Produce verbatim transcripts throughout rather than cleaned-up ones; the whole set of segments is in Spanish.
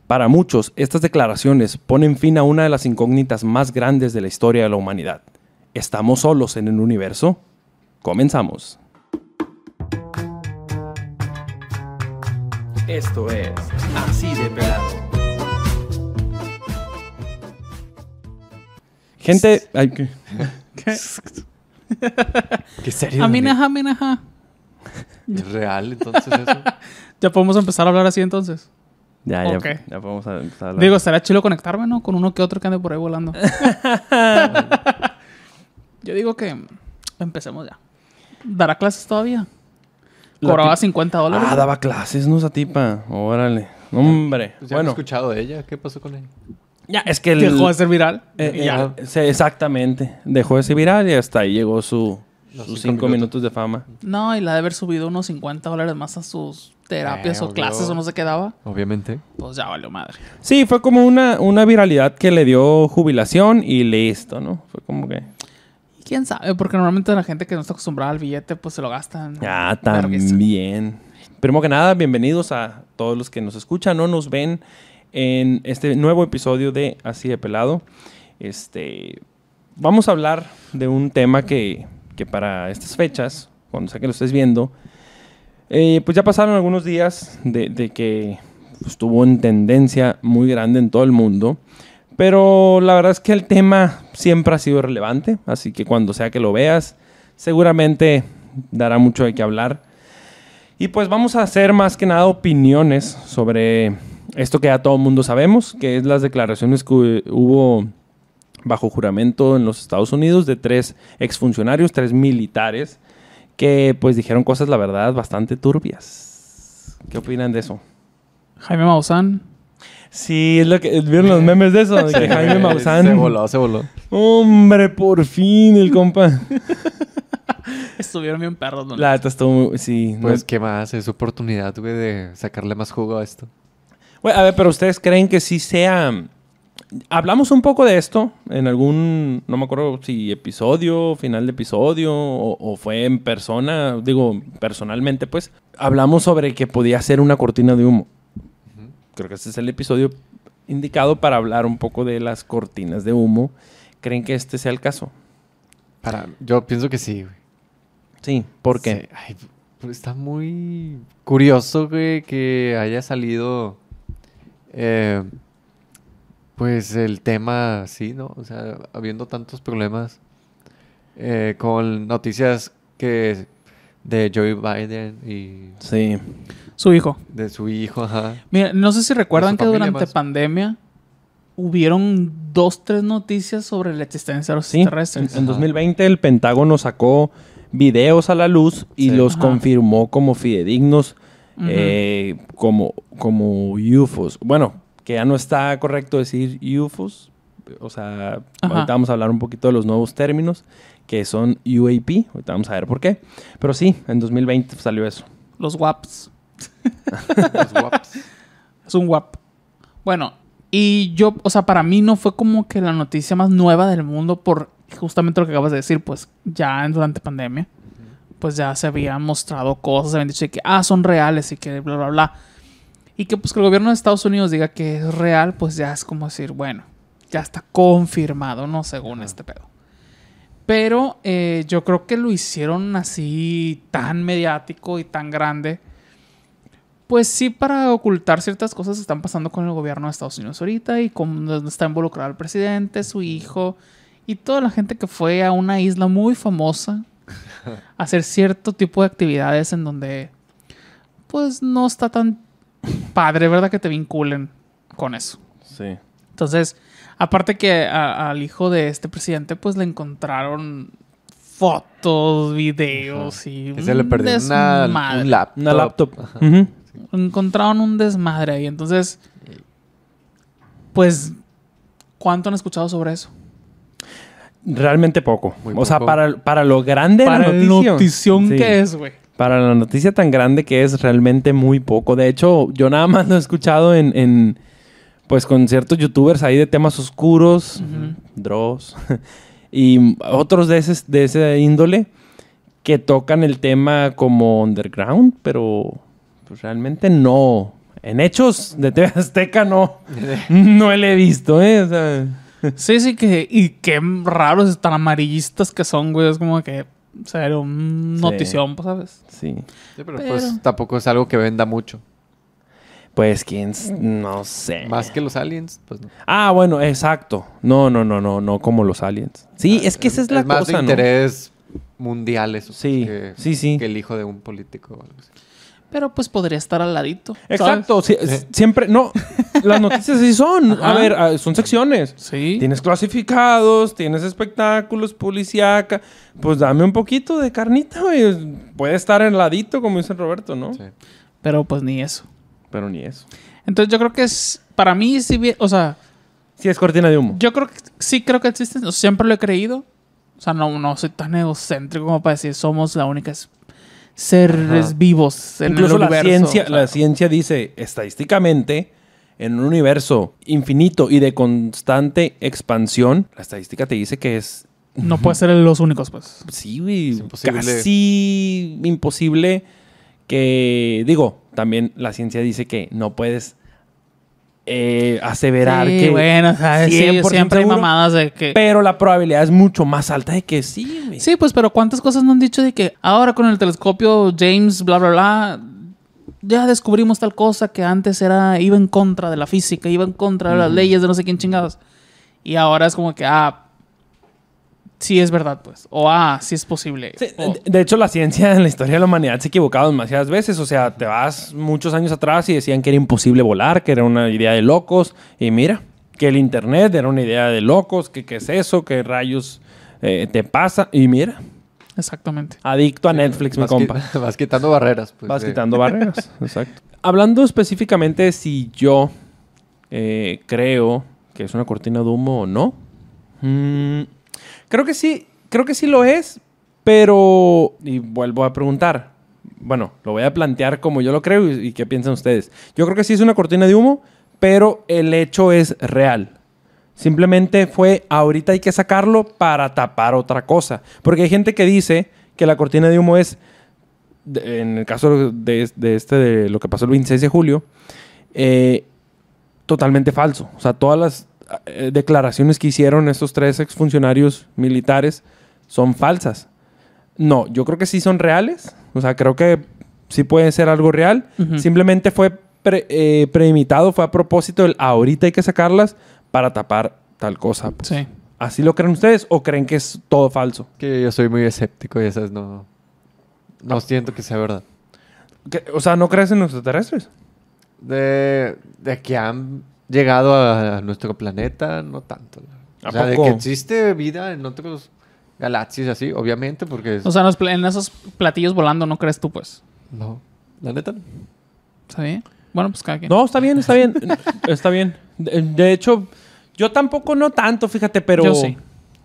Para muchos, estas declaraciones ponen fin a una de las incógnitas más grandes de la historia de la humanidad. ¿Estamos solos en el universo? Comenzamos. Esto es Así de Pelado. Gente... Ay, ¿qué? ¿Qué? ¿Qué serio? Aminaja, aminaja. ¿Es real entonces eso? Ya podemos empezar a hablar así entonces. Ya, ya, Ok. ya podemos empezar a hablar. Digo, estaría chido conectarme, ¿no? Con uno que otro que ande por ahí volando. Yo digo que empecemos ya. ¿Dará clases todavía? La Cobraba tip- cincuenta dólares. Ah, daba clases, ¿no? Esa tipa. Órale. Hombre. Pues ya no he Bueno, escuchado de ella. ¿Qué pasó con ella? ya, es que... el- Dejó de ser viral. Eh, Y eh, ya. sí, exactamente. Dejó de ser viral y hasta ahí llegó su, Los sus cinco cinco minutos. minutos de fama. No, y la de haber subido unos cincuenta dólares más a sus terapias Eh, o clases obvio. o no sé qué daba. Obviamente. Pues ya valió madre. Sí, fue como una, una viralidad que le dio jubilación y listo, ¿no? Fue como que... Y quién sabe, porque normalmente la gente que no está acostumbrada al billete, pues se lo gastan. Ah, Vergüenza. también. Primero que nada, bienvenidos a todos los que nos escuchan o nos ven en este nuevo episodio de Así de Pelado. Este, vamos a hablar de un tema que, que para estas fechas, cuando sea que lo estés viendo, eh, pues ya pasaron algunos días de, de que pues, estuvo en tendencia muy grande en todo el mundo. Pero la verdad es que el tema siempre ha sido relevante, así que cuando sea que lo veas, seguramente dará mucho de qué hablar. Y pues vamos a hacer más que nada opiniones sobre esto que ya todo el mundo sabemos, que es las declaraciones que hubo bajo juramento en los Estados Unidos de tres exfuncionarios, tres militares, que pues dijeron cosas, la verdad, bastante turbias. ¿Qué opinan de eso? Jaime Maussan. Sí, es lo que vieron los memes de eso, de que Jaime Maussan. Se voló, se voló. Hombre, por fin el compa. Estuvieron bien perros, ¿no? La neta estuvo muy... Sí. Pues, no- ¿qué más? Es oportunidad, güey, de sacarle más jugo a esto. Bueno, a ver, pero ¿ustedes creen que sí sea...? Hablamos un poco de esto en algún... No me acuerdo si episodio, final de episodio, o, o fue en persona, digo, personalmente, pues. Hablamos sobre que podía ser una cortina de humo. Creo que este es el episodio indicado para hablar un poco de las cortinas de humo. ¿Creen que este sea el caso? Para, yo pienso que sí, güey. Sí, ¿por qué? Sí. Ay, pero está muy curioso, güey, que haya salido, eh, pues, el tema así, ¿no? O sea, habiendo tantos problemas eh, con noticias que de Joe Biden y Sí. Su hijo. de su hijo, ajá. Mira, no sé si recuerdan su que familia durante más. pandemia hubieron dos, tres noticias sobre la existencia de los Sí, en, extraterrestres. en dos mil veinte el Pentágono sacó videos a la luz y Sí. los Ajá. confirmó como fidedignos, Ujú. eh, como, como U F Os. Bueno, que ya no está correcto decir U F Os. O sea, Ajá. ahorita vamos a hablar un poquito de los nuevos términos, que son U A P. Ahorita vamos a ver por qué. Pero sí, en dos mil veinte salió eso. Los W A Ps. Los guaps. Es un W A P. Bueno, y yo, o sea, para mí no fue como que la noticia más nueva del mundo por justamente lo que acabas de decir, pues ya durante pandemia, pues ya se habían mostrado cosas, se habían dicho de que, ah, son reales y que bla, bla, bla. Y que pues que el gobierno de Estados Unidos diga que es real, pues ya es como decir, bueno, ya está confirmado, ¿no? Según Ajá. este pedo. Pero eh, yo creo que lo hicieron así tan mediático y tan grande. Pues sí, para ocultar ciertas cosas que están pasando con el gobierno de Estados Unidos ahorita y con donde está involucrado el presidente, su hijo y toda la gente que fue a una isla muy famosa a hacer cierto tipo de actividades en donde pues no está tan padre, ¿verdad? Que te vinculen con eso. Sí. Entonces, aparte que a- al hijo de este presidente pues le encontraron fotos, videos Ajá. y Que se le perdió una, desmadre. un laptop. Una laptop. Ajá. Ujú. Encontraron un desmadre ahí. Entonces, pues, ¿cuánto han escuchado sobre eso? Realmente poco. Muy o sea, poco. para, para lo grande de Para la el noticia. notición Sí. que es, güey. Para la noticia tan grande que es, realmente muy poco. De hecho, yo nada más lo he escuchado en, en pues con ciertos youtubers ahí de temas oscuros, Ujú. Dross, y otros de ese, de ese índole que tocan el tema como underground, pero pues, realmente no en hechos de T V Azteca no, no le he visto, ¿eh? O sea, Sí, sí, que... Y qué raros, tan amarillistas que son, güey. Es como que... O sea, era un Sí. notición, pues, ¿sabes? sí. Sí, pero, Pero- pues tampoco es algo que venda mucho. Pues quién, s- no sé. Más que los aliens, pues no. Ah, bueno, exacto. No, no, no, no, no como los aliens. Sí, es que esa es la más cosa, de ¿no? interés mundial eso. Sí, que, sí, sí. que el hijo de un político o algo así. Pero pues podría estar al ladito. ¿sabes? Exacto, sí, es- siempre, no, las noticias sí son, a Ajá. ver, ah, son secciones. Sí. Tienes clasificados, tienes espectáculos, policíaca, pues dame un poquito de carnita, güey. Puede estar en ladito, como dice Roberto, ¿no? Sí. Pero pues ni eso. Pero ni eso. Entonces yo creo que es... Para mí, sí, bien- o sea... Sí, es cortina de humo. Yo creo que sí creo que existen. o sea, siempre lo he creído. O sea, no, no soy tan egocéntrico como para decir somos la única es- seres Ajá. vivos en Incluso el la universo. ciencia, o sea, la ciencia dice, estadísticamente, en un universo infinito y de constante expansión, la estadística te dice que es, no puede ser los únicos, pues. sí, güey, Es imposible. casi imposible que, digo, también la ciencia dice que no puedes eh, aseverar Sí, que... bueno, o sea, sí, cien por ciento siempre hay seguro, mamadas de que... Pero la probabilidad es mucho más alta de que sí, güey. Sí, pues, pero ¿cuántas cosas no han dicho de que ahora con el telescopio James, bla, bla, bla, ya descubrimos tal cosa que antes era iba en contra de la física, iba en contra de las leyes de no sé quién chingados? Y ahora es como que, ah, sí es verdad, pues. O, ah, sí es posible. Sí, O- de- de hecho, la ciencia en la historia de la humanidad se ha equivocado demasiadas veces. O sea, te vas muchos años atrás y decían que era imposible volar, que era una idea de locos. Y mira, que el internet era una idea de locos, que qué es eso, qué rayos eh, te pasa. Y mira, Exactamente. adicto a Netflix, mi Vas, compa. qui- vas quitando barreras. Pues, Vas de- quitando barreras. Exacto. Hablando específicamente de si yo eh, creo que es una cortina de humo o no. Mm, creo que sí, creo que sí lo es, pero... Y vuelvo a preguntar. Bueno, lo voy a plantear como yo lo creo y, y qué piensan ustedes. Yo creo que sí es una cortina de humo, pero el hecho es real. Simplemente fue, ahorita hay que sacarlo para tapar otra cosa. Porque hay gente que dice que la cortina de humo es, de- en el caso de, de este, de lo que pasó el veintiséis de julio, eh, totalmente falso. O sea, todas las eh, declaraciones que hicieron estos tres exfuncionarios militares son falsas. No, yo creo que sí son reales. O sea, creo que sí puede ser algo real. Ujú. Simplemente fue pre- eh, premeditado, fue a propósito el ahorita hay que sacarlas para tapar tal cosa. pues. Sí. ¿Así lo creen ustedes o creen que es todo falso? Que yo soy muy escéptico y esas no... No siento que sea verdad. ¿Qué? O sea, ¿no crees en los extraterrestres? De, de que han llegado a, a nuestro planeta, no tanto. ¿A O sea, de poco? que existe vida en otros galaxias así, obviamente, porque... es- O sea, en, los pla- en esos platillos volando, ¿no crees tú, pues? no, la neta no. ¿Está bien? Bueno, pues cada quien. No, está bien, está bien. Está bien. De, de hecho, yo tampoco no tanto, fíjate, pero... Yo sí.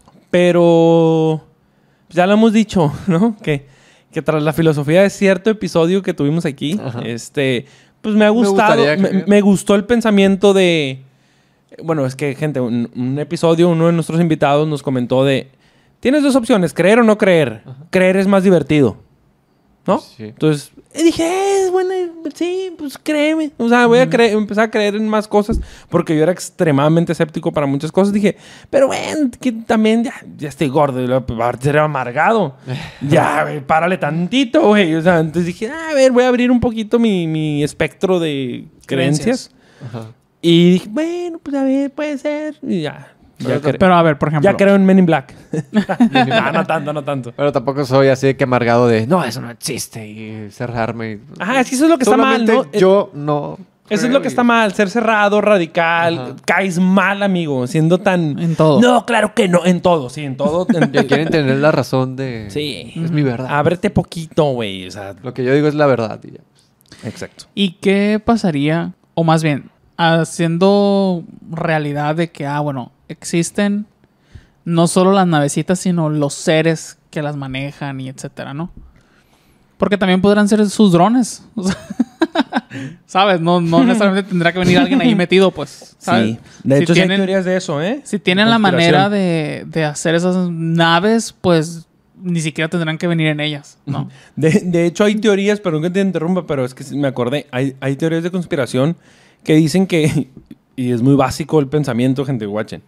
Pero... Ya lo hemos dicho, ¿no? Que, que tras la filosofía de cierto episodio que tuvimos aquí, Ajá. este... Pues me ha Me gustado... gustaría Me, creer. me gustó el pensamiento de... Bueno, es que, gente, un, un episodio, uno de nuestros invitados nos comentó de... Tienes dos opciones, creer o no creer. Creer es más divertido. ¿no? Sí. Entonces, eh, dije, eh, es buena, sí, pues créeme. O sea, voy a creer, empezar a creer en más cosas porque yo era extremadamente escéptico para muchas cosas. Dije, pero bueno, que también ya, ya estoy gordo y luego va a ser amargado. Ya, güey, párale tantito, güey. O sea, entonces dije, ah, a ver, voy a abrir un poquito mi, mi espectro de creencias. Creencias. Ajá. Y dije, bueno, pues a ver, puede ser. Y ya. Ya, Pero- cre- Pero a ver, por ejemplo. ya creo en Men in Black. no, no tanto, no tanto. Pero tampoco soy así de que amargado de, no, eso no existe y cerrarme. y- Ajá, es que eso es lo que está mal, ¿no? Solamente Yo no. Eso es creo lo que y- está mal, ser cerrado, radical, Ajá. caes mal, amigo, siendo tan... En todo. No, claro que no, en todo, sí, en todo. en- Que quieren tener la razón de. Sí. Es mi verdad. Ábrete poquito, güey, o sea... Lo que yo digo es la verdad. y ya. Exacto. ¿Y qué pasaría? O más bien, haciendo realidad de que, ah, bueno, existen no solo las navecitas, sino los seres que las manejan y etcétera, ¿no? Porque también podrán ser sus drones. O sea, ¿sabes? No, no necesariamente tendrá que venir alguien ahí metido, pues. ¿sabes? Sí. De Si hecho, sí hay tienen- teorías de eso, ¿eh? Si tienen la Conspiración. manera de, de hacer esas naves, pues ni siquiera tendrán que venir en ellas, ¿no? De, de hecho, hay teorías, perdón que te interrumpa, pero es que me acordé. Hay, hay teorías de conspiración que dicen que, y es muy básico el pensamiento, gente, guachen.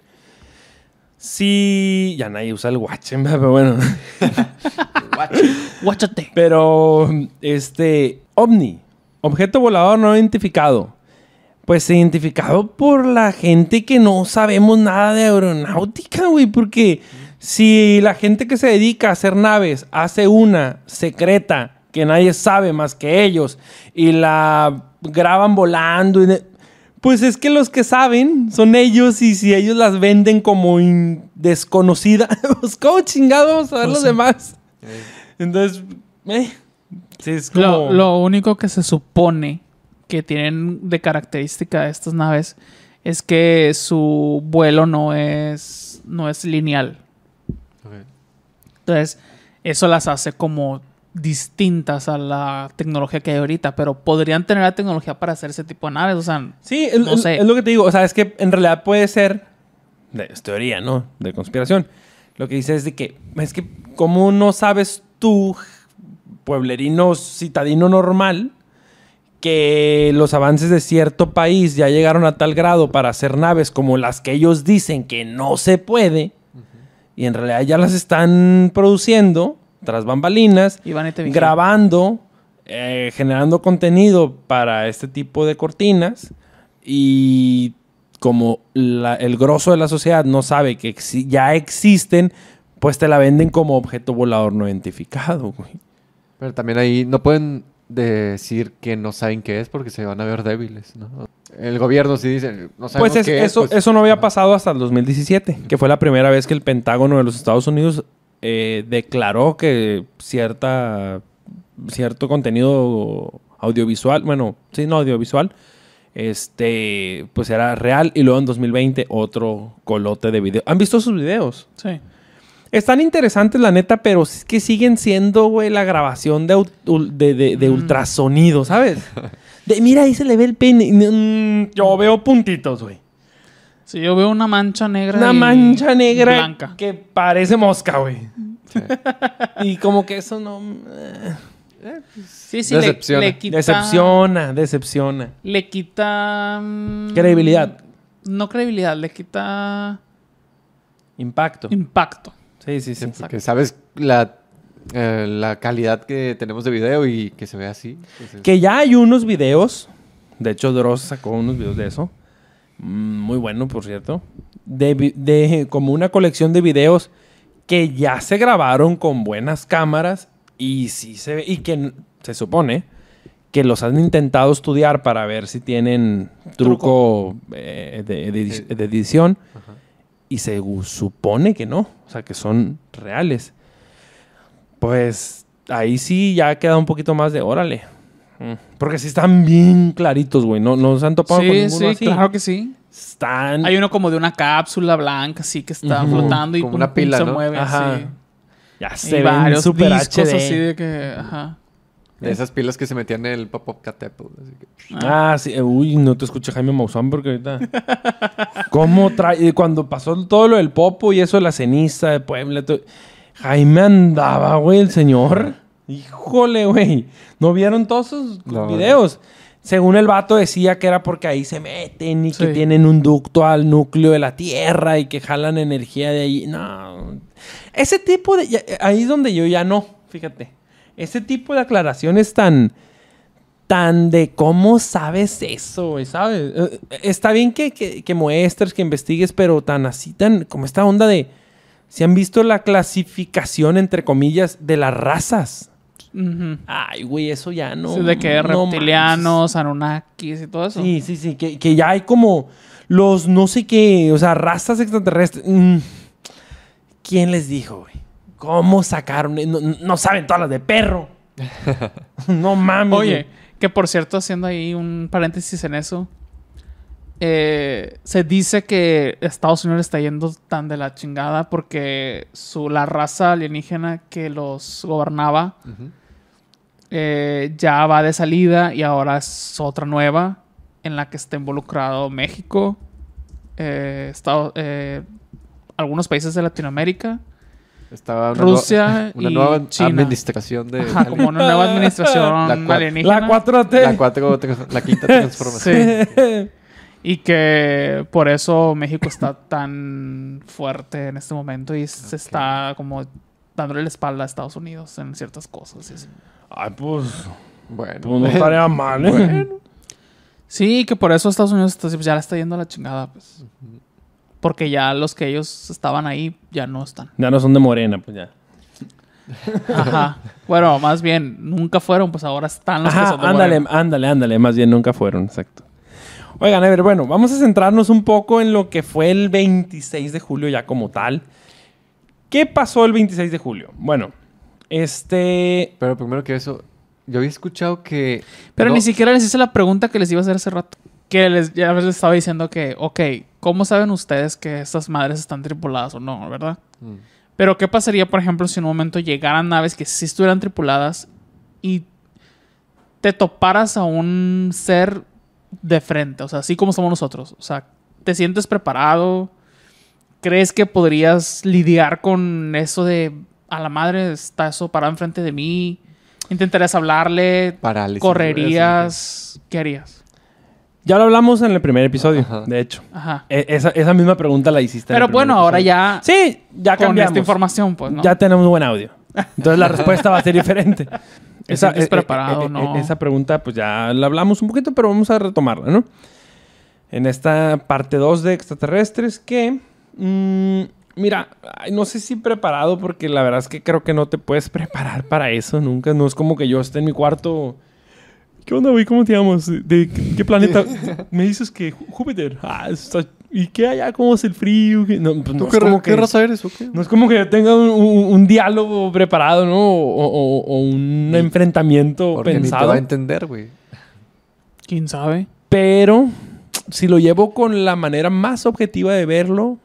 Si... Ya nadie usa el guachen, pero bueno. Guáchate. Pero, este, ovni, objeto volador no identificado. Pues identificado por la gente que no sabemos nada de aeronáutica, güey. Porque si la gente que se dedica a hacer naves hace una secreta que nadie sabe más que ellos y la graban volando, y de... pues es que los que saben son ellos, y si ellos las venden como in... desconocida, pues ¿cómo chingado vamos a ver Pues los sí. demás? Entonces, eh, sí, es como... Lo, lo único que se supone que tienen de característica estas naves es que su vuelo no es, no es lineal. Ok. Entonces, eso las hace como distintas a la tecnología que hay ahorita, pero podrían tener la tecnología para hacer ese tipo de naves, o sea, Sí, es, no es- sé. es lo que te digo. O sea, es que en realidad puede ser... de- Es teoría, ¿no? De conspiración. Lo que dice es de que... Es que ¿cómo no sabes tú, pueblerino citadino normal, que los avances de cierto país ya llegaron a tal grado para hacer naves como las que ellos dicen que no se puede, y en realidad ya las están produciendo tras bambalinas, Y van y te vigilan. grabando, eh, generando contenido para este tipo de cortinas, y como la- el grosso de la sociedad no sabe que exi- ya existen, pues te la venden como objeto volador no identificado, güey. Pero también ahí no pueden decir que no saben qué es porque se van a ver débiles, ¿no? El gobierno sí dice, no sabemos Pues es- qué es. eso, pues- eso no había pasado hasta el dos mil diecisiete, que fue la primera vez que el Pentágono de los Estados Unidos eh, declaró que cierta, cierto contenido audiovisual, bueno, sí, no audiovisual, este, pues era real. Y luego en dos mil veinte otro colote de video. ¿Han visto sus videos? Sí. Están interesantes, la neta, pero es que siguen siendo, güey, la grabación de, ul- de, de- de Mm. ultrasonido, ¿sabes? De, mira, ahí se le ve el pene. Mm, yo veo puntitos, güey. Sí, yo veo una mancha negra Una y mancha negra blanca. que parece mosca, güey. Sí. Y como que eso no... eh, Sí, sí, le, Decepciona. le quita... decepciona, decepciona. Le quita... mm, Credibilidad. No credibilidad, le quita Impacto. impacto. Sí, sí, sí. Porque sabes la, eh, la calidad que tenemos de video y que se ve así. Pues es- Que ya hay unos videos. De hecho, Dross sacó unos videos de eso. Mm, Muy bueno, por cierto. De, vi- de como una colección de videos que ya se grabaron con buenas cámaras. Y sí se ve. Y que n- se supone que los han intentado estudiar para ver si tienen truco, eh, de, de- Sí. de edición. Ajá. Y se gu- supone que no. O sea, que son reales. Pues ahí sí ya queda un poquito más de órale. Mm. Porque sí están bien claritos, güey. No, no se han topado con Sí, ninguno sí, así. claro que sí. Están... Hay uno como de una cápsula blanca, así que está Ujú. flotando y Como pum, una pum, pila, se ¿no? mueve Ajá. así. Ya Y se ven varios super discos H D. así de que... Ajá. De esas pilas que se metían en el pop-up Catepl. Así que... Ah, sí. Uy, no te escuché Jaime Maussan porque ahorita... ¿Cómo trae...? y Cuando pasó todo lo del Popo y eso de la ceniza de Puebla... todo- Jaime andaba, güey, el señor. Híjole, güey. ¿No vieron todos esos No. videos? Según el vato decía que era porque ahí se meten y que Sí. tienen un ducto al núcleo de la Tierra y que jalan energía de ahí. No. Ese tipo de... ya- Ahí es donde yo ya no, fíjate. Ese tipo de aclaraciones tan... Tan de cómo sabes eso, güey, ¿sabes? Eh, Está bien que, que, que muestres, que investigues, pero tan así, tan... Como esta onda de... ¿Se han visto la clasificación, entre comillas, de las razas? Ujú. Ay, güey, eso ya no... Sí, de que no reptilianos, anunnakis y todo eso. Sí, sí, sí. Que, que ya hay como los no sé qué, o sea, razas extraterrestres. Mm. ¿Quién les dijo, güey? ¿Cómo sacaron? No, no saben todas las de perro. No mames. Oye, güey. que por cierto, haciendo ahí un paréntesis en eso, eh, se dice que Estados Unidos está yendo tan de la chingada porque su, la raza alienígena que los gobernaba Ujú. eh, ya va de salida y ahora es otra nueva en la que está involucrado México, eh, Estado- eh, algunos países de Latinoamérica Estaba una Rusia nueva, una y nueva China. administración de... Ajá, como una nueva administración La cua- alienígena. La cuatro T. La, cuatro, la quinta transformación. Sí. Y que por eso México está tan fuerte en este momento y se Ok. está como dándole la espalda a Estados Unidos en ciertas cosas. y así. Ay, pues, Bueno. pues no estaría mal, ¿eh? Bueno. Sí, que por eso Estados Unidos está- ya le está yendo a la chingada, pues. Porque ya los que ellos estaban ahí ya no están. Ya no son de Morena, pues ya. Ajá. Bueno, más bien, nunca fueron, pues ahora están los que Ajá, son de ándale, Morena. ándale, ándale. Más bien nunca fueron, exacto. Oigan, a ver, bueno, vamos a centrarnos un poco en lo que fue el veintiséis de julio ya como tal. ¿Qué pasó el veintiséis de julio? Bueno, este... Pero primero que eso, yo había escuchado que... Pero no- ni siquiera les hice la pregunta que les iba a hacer hace rato. Que les, ya les estaba diciendo que, ok, ¿cómo saben ustedes que estas madres están tripuladas o no, verdad? Mm. Pero ¿qué pasaría, por ejemplo, si en un momento llegaran naves que sí estuvieran tripuladas y te toparas a un ser de frente? O sea, así como somos nosotros. O sea, ¿te sientes preparado? ¿Crees que podrías lidiar con eso de a la madre está eso parado enfrente de mí? ¿Intentarías hablarle? Parálisis. ¿Correrías? ¿Qué harías? Ya lo hablamos en el primer episodio, Ajá. de hecho. Ajá. E- esa, esa misma pregunta la hiciste en Pero el primer bueno, ahora episodio. ya Sí, ya con cambiamos. esta información, pues, ¿no? Ya tenemos buen audio. Entonces la respuesta va a ser diferente. ¿Te sientes preparado, eh, eh, no? Esa pregunta, pues ya la hablamos un poquito, pero vamos a retomarla, ¿no? En esta parte dos de extraterrestres que... mm, mira, ay, no sé si preparado, porque la verdad es que creo que no te puedes preparar para eso nunca. No es como que yo esté en mi cuarto... ¿Qué onda, güey? ¿Cómo te llamas? ¿De qué qué planeta? Me dices que Jú- Júpiter. Ah, está... ¿Y qué allá? ¿Cómo es el frío? ¿Qué? No, pues ¿Tú no qué, es como ra- qué que... raza eres o qué? No es como que yo tenga un, un- un diálogo preparado, ¿no? O, o- o un Ni- enfrentamiento Porque ni te pensado. va a entender, güey. ¿Quién sabe? Pero si lo llevo con la manera más objetiva de verlo,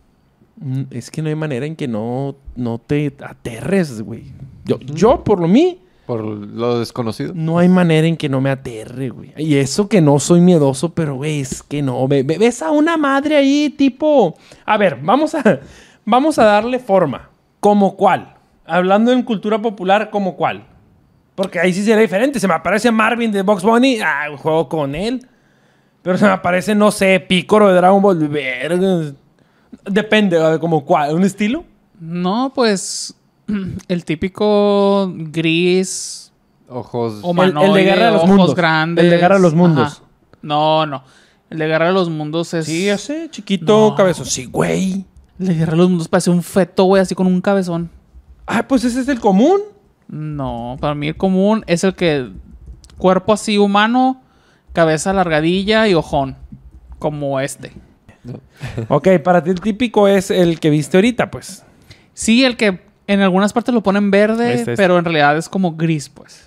mm, es que no hay manera en que no, no te aterres, güey. Yo, yo, por lo mí, Por lo desconocido. no hay manera en que no me aterre, güey. Y eso que no soy miedoso, pero, güey, es que no. Ve- ve- ves a una madre ahí, tipo... A ver, vamos a, vamos a darle forma. ¿Como cuál? Hablando en cultura popular, ¿como cuál? Porque ahí sí sería diferente. Se me aparece Marvin de Bugs Bunny, ah, juego con él. Pero se me aparece, no sé, Picoro de Dragon Ball. Verga. Depende, a ver, ¿como cuál? ¿Un estilo? No, pues el típico gris, Ojos. humanoide, el de Guerra de los ojos Mundos. grandes. El de Guerra de los Mundos. Ajá. No, no. El de Guerra de los Mundos es... Sí, ese chiquito, No. cabezón. Sí, güey. El de Guerra de los Mundos parece un feto, güey, así con un cabezón. Ah, pues ese es el común. No, para mí el común es el que... Cuerpo así humano, cabeza alargadilla y ojón. Como este. Ok, para ti el típico es el que viste ahorita, pues. Sí, el que en algunas partes lo ponen verde, Este, este. pero en realidad es como gris, pues.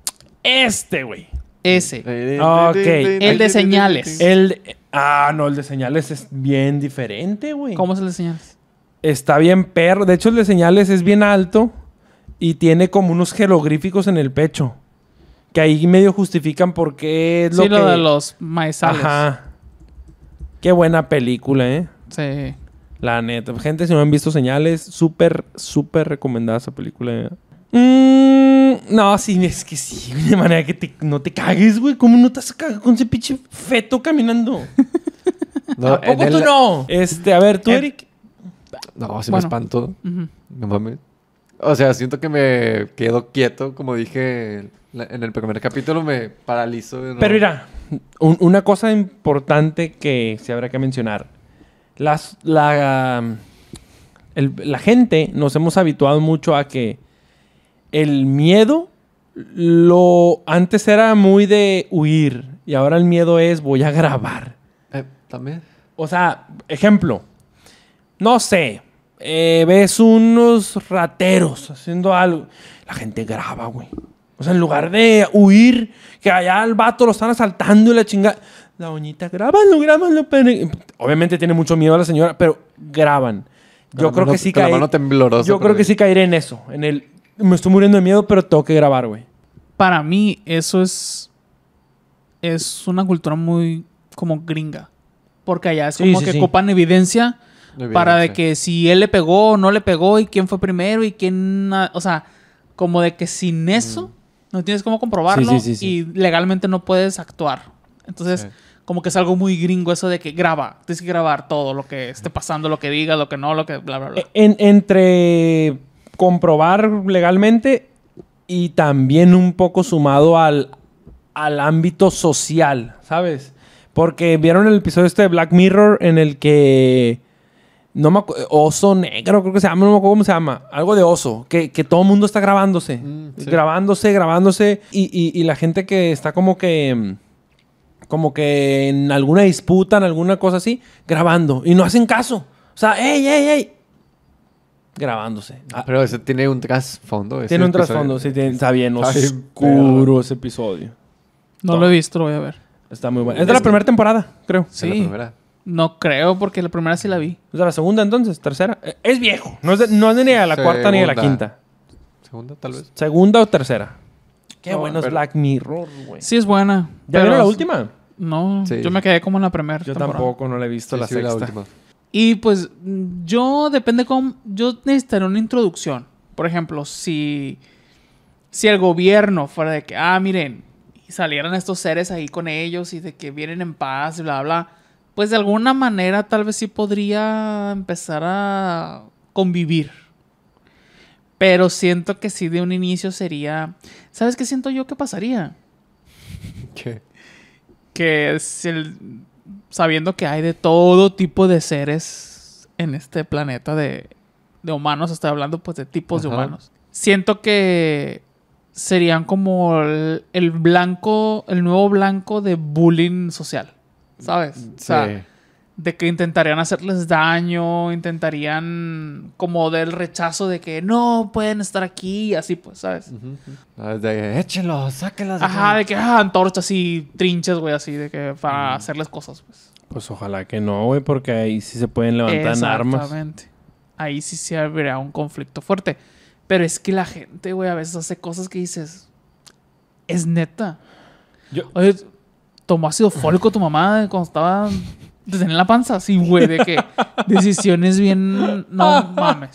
Este, güey. Ese. Ok. El de señales. El... Ah, no, el de señales es bien diferente, güey. ¿Cómo se le señalas? Está bien perro. De hecho, el de señales es bien alto y tiene como unos jeroglíficos en el pecho. Que ahí medio justifican por qué es lo Sí, que... lo de los maizales. Ajá. Qué buena película, ¿eh? Sí. La neta. Gente, si no han visto señales, súper, súper recomendada esa película. ¿eh? Mm, no, sí, es que sí. De manera que te- no te cagues, güey. ¿Cómo no te vas a cagar con ese pinche feto caminando? No, ¿A poco en tú el- no? Este, a ver, tú, Eh, Eric. No, se Bueno. me espanto. Ujú. No mames. O sea, siento que me quedo quieto, como dije la- en el primer capítulo, me paralizo. ¿no? Pero mira, un- una cosa importante que se habrá que mencionar. Las, la, um, el- la gente nos hemos habituado mucho a que el miedo lo antes era muy de huir y ahora el miedo es voy a grabar. Eh, También. O sea, ejemplo, no sé, eh, ves unos rateros haciendo algo, la gente graba, güey. O sea, en lugar de huir, que allá al vato lo están asaltando y la chingada. La doñita, grábanlo, grábanlo. pene-". Obviamente tiene mucho miedo a la señora, pero graban. Yo Con la creo mano- que sí con la cae- mano temblorosa, Yo creo pero- que sí caeré en eso. En el, me estoy muriendo de miedo, pero tengo que grabar, güey. Para mí, eso es. Es una cultura muy como gringa. Porque allá es Sí, como sí, que sí. ocupan evidencia Evidencia. Para de que si él le pegó o no le pegó y quién fue primero y quién... ah, O sea, como de que sin eso Mm. no tienes cómo comprobarlo Sí, sí, sí, sí. y legalmente no puedes actuar. Entonces, Sí. como que es algo muy gringo eso de que graba. Tienes que grabar todo lo que esté pasando, lo que digas, lo que no, lo que bla, bla, bla. En- entre comprobar legalmente y también un poco sumado al, al ámbito social, ¿sabes? Porque vieron el episodio este de Black Mirror en el que... No me acu- Oso negro, creo que se llama, no me acuerdo cómo se llama. Algo de oso, que, que todo el mundo está grabándose. Mm, sí. Grabándose, grabándose. Y, y, y la gente que está como que... Como que en alguna disputa, en alguna cosa así, grabando. Y no hacen caso. O sea, ¡ey, ey, ey! Grabándose. Ah, Pero ese tiene un trasfondo. ese tiene un episodio. trasfondo, sí, tiene- está bien Está bien oscuro ese episodio. No todo. lo he visto, lo voy a ver. Está muy bueno. Es de la primera temporada, creo. De la Sí. primera. No creo, porque la primera sí la vi. ¿Es de la segunda entonces? ¿Tercera? Eh, Es viejo. No es, de, no es ni de la cuarta ni de la Segunda. quinta. Segunda, tal vez. ¿Segunda o tercera? Qué No, bueno es pero- Black Mirror, güey. Sí es buena. ¿Ya pero- vieron la última? No, Sí. yo me quedé como en la primera Yo temporada. tampoco, no la he visto Sí, la sí, la sexta. última. Y pues mm, yo depende cómo... Yo necesitaría una introducción. Por ejemplo, si... Si el gobierno fuera de que... Ah, miren. Y salieran estos seres ahí con ellos y de que vienen en paz y bla, bla. Pues de alguna manera tal vez sí podría empezar a convivir. Pero siento que sí de un inicio sería... ¿Sabes qué siento yo que pasaría? ¿Qué? Que es el, sabiendo que hay de todo tipo de seres en este planeta de, de humanos, estoy hablando pues de tipos de Ajá. humanos. Siento que serían como el, el blanco, el nuevo blanco de bullying social, ¿sabes? O sea, Sí. de que intentarían hacerles daño, intentarían como del rechazo de que no pueden estar aquí, así pues, ¿sabes? Ujú, ujú. Ah, de, échenlos, sáquenlos. de Ajá, acá". de que ah, antorchas y trinches, güey, así, de que para Mm. hacerles cosas, pues. Pues ojalá que no, güey, porque ahí sí se pueden levantar en armas. Exactamente. Ahí sí se habría un conflicto fuerte. Pero es que la gente, güey, a veces hace cosas que dices, es neta. Yo- Oye, tomó ácido fólico tu mamá cuando estaba te tenía en la panza, así, güey, de que decisiones bien, no mames.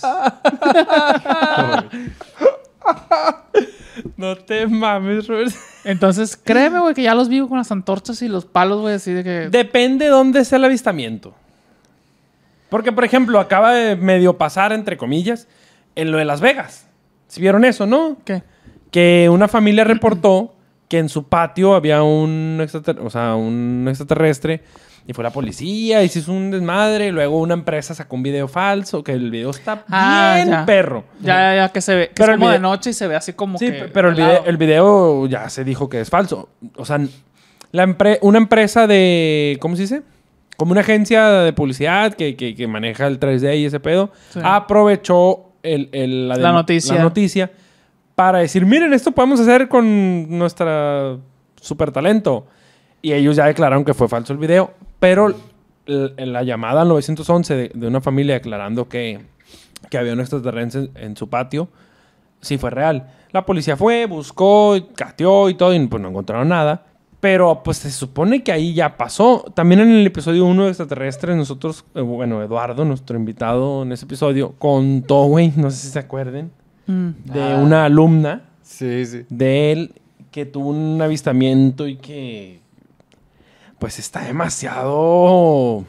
No te mames, Robert. Entonces, créeme, güey, que ya los vi con las antorchas y los palos, güey, así de que... Depende dónde sea el avistamiento. Porque, por ejemplo, acaba de medio pasar, entre comillas, en lo de Las Vegas. ¿Sí vieron eso, no? ¿Qué? Que una familia reportó que en su patio había un, extrater- o sea, un extraterrestre y fue la policía y se hizo un desmadre. Y luego una empresa sacó un video falso, que el video está Ah, bien ya. perro. Ya, ya, ya, que se ve, que Pero es el como de video- noche y se ve así como Sí, que... p- pero el helado. video, el video ya se dijo que es falso. O sea, la empre- una empresa de... ¿Cómo se dice? Como una agencia de publicidad que, que- que maneja el tres D y ese pedo, Sí. aprovechó el, el- La dem- noticia. la noticia para decir, miren, esto podemos hacer con nuestra super talento. Y ellos ya declararon que fue falso el video, pero l- la llamada al nueve once de, de una familia declarando que, que había un extraterrestre en, en su patio, sí fue real. La policía fue, buscó, cateó y todo, y pues no encontraron nada. Pero pues se supone que ahí ya pasó. También en el episodio uno de Extraterrestres, nosotros, eh, bueno, Eduardo, nuestro invitado en ese episodio, contó, güey, no sé si se acuerden, Mm. de Ah. una alumna Sí, sí. de él que tuvo un avistamiento y que pues está demasiado,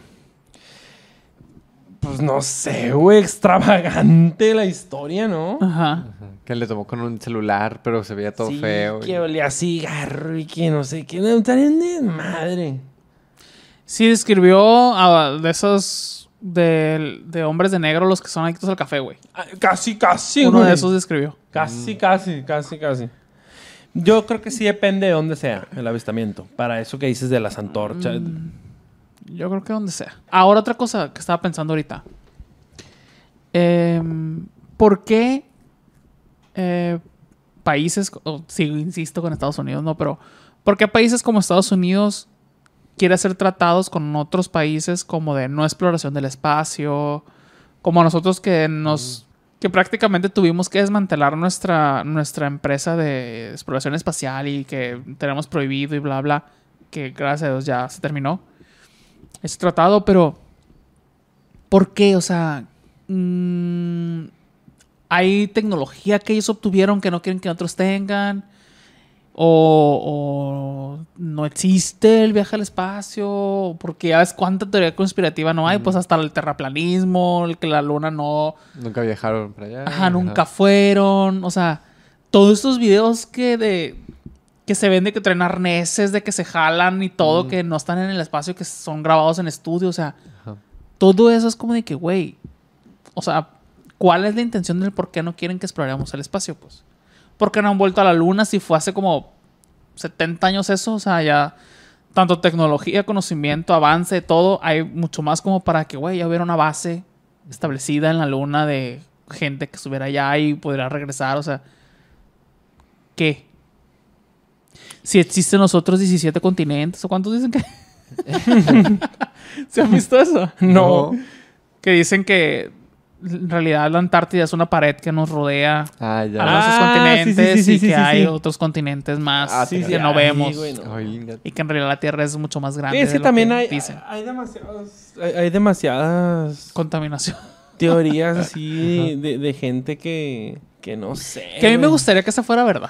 pues no sé, güey, extravagante la historia, ¿no? Ajá. Ajá. Que le tomó con un celular, pero se veía todo Sí, feo. y- que olía a cigarro y que no sé qué, no, tan de madre. Sí, describió a de esos de, de hombres de negro, los que son adictos al café, güey. Ah, Casi, casi, Uno güey. de esos describió. Casi, casi, casi, casi. Yo creo que sí depende de dónde sea el avistamiento. Para eso que dices de las antorchas. Yo creo que donde sea. Ahora otra cosa que estaba pensando ahorita. Em, ¿Por qué eh, países, o sigo, insisto con Estados Unidos, no, pero ¿por qué países como Estados Unidos quiere hacer tratados con otros países como de no exploración del espacio, como nosotros que nos que prácticamente tuvimos que desmantelar nuestra nuestra empresa de exploración espacial y que tenemos prohibido y bla bla, que gracias a Dios ya se terminó ese tratado, pero ¿por qué? O sea, mmm, hay tecnología que ellos obtuvieron que no quieren que otros tengan. O, o no existe el viaje al espacio. Porque ya ves cuánta teoría conspirativa no hay. Mm. Pues hasta el terraplanismo, el que la luna no... Nunca viajaron para allá. Ajá, nunca ajá. fueron. O sea, todos estos videos que de... que se ven de que traen arneses, de que se jalan y todo, mm. que no están en el espacio, que son grabados en estudio. O sea, ajá. todo eso es como de que, güey, o sea, ¿cuál es la intención del por qué no quieren que exploremos el espacio? Pues, ¿por qué no han vuelto a la luna si fue hace como setenta años eso? O sea, ya tanto tecnología, conocimiento, avance, todo, hay mucho más como para que, güey, ya hubiera una base establecida en la luna de gente que estuviera allá y pudiera regresar. O sea, ¿qué? Si existen los otros diecisiete continentes, ¿o cuántos dicen que? ¿Se han visto eso? No. Que dicen que en realidad la Antártida es una pared que nos rodea ah, ya. a los ah, continentes sí, sí, sí, y sí, que sí, hay sí. otros continentes más ah, que sí, no ay, vemos. Güey, no. Ay, y que en realidad la Tierra es mucho más grande. Es que de también lo que hay, dicen. hay demasiadas... Hay, hay demasiadas... Contaminación. Teorías así de, de gente que... Que no sé. Que a mí güey. me gustaría que esa fuera verdad.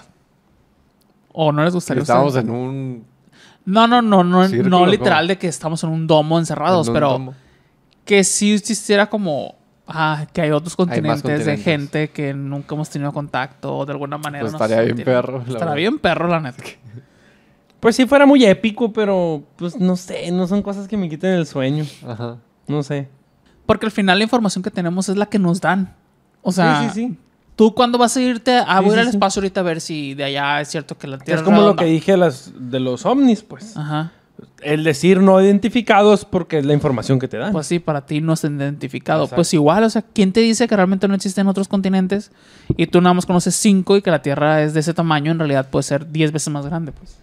¿O no les gustaría? Estamos en un... No, no, no, no, Círculo, no literal ¿cómo? de que estamos en un domo encerrados, En un pero domo. que sí existiera como ah, que hay otros continentes, Hay más de continentes. gente que nunca hemos tenido contacto o de alguna manera. Pues nos estaría bien tienen- perro, la Estaría verdad. bien perro, la neta. Pues sí fuera muy épico, pero... Pues no sé, no son cosas que me quiten el sueño. Ajá. No sé. Porque al final la información que tenemos es la que nos dan. O sea, sí, sí, sí. tú cuando vas a irte a Sí, voy a ir sí, al sí. espacio ahorita a ver si de allá es cierto que la Que Tierra es como lo redonda. que dije de, las, de los ovnis, pues. Ajá. El decir no identificados porque es la información que te dan. Pues sí, para ti no está identificado. Exacto. Pues igual, o sea, ¿quién te dice que realmente no existen otros continentes y tú nada más conoces cinco y que la Tierra es de ese tamaño? En realidad puede ser diez veces más grande, pues.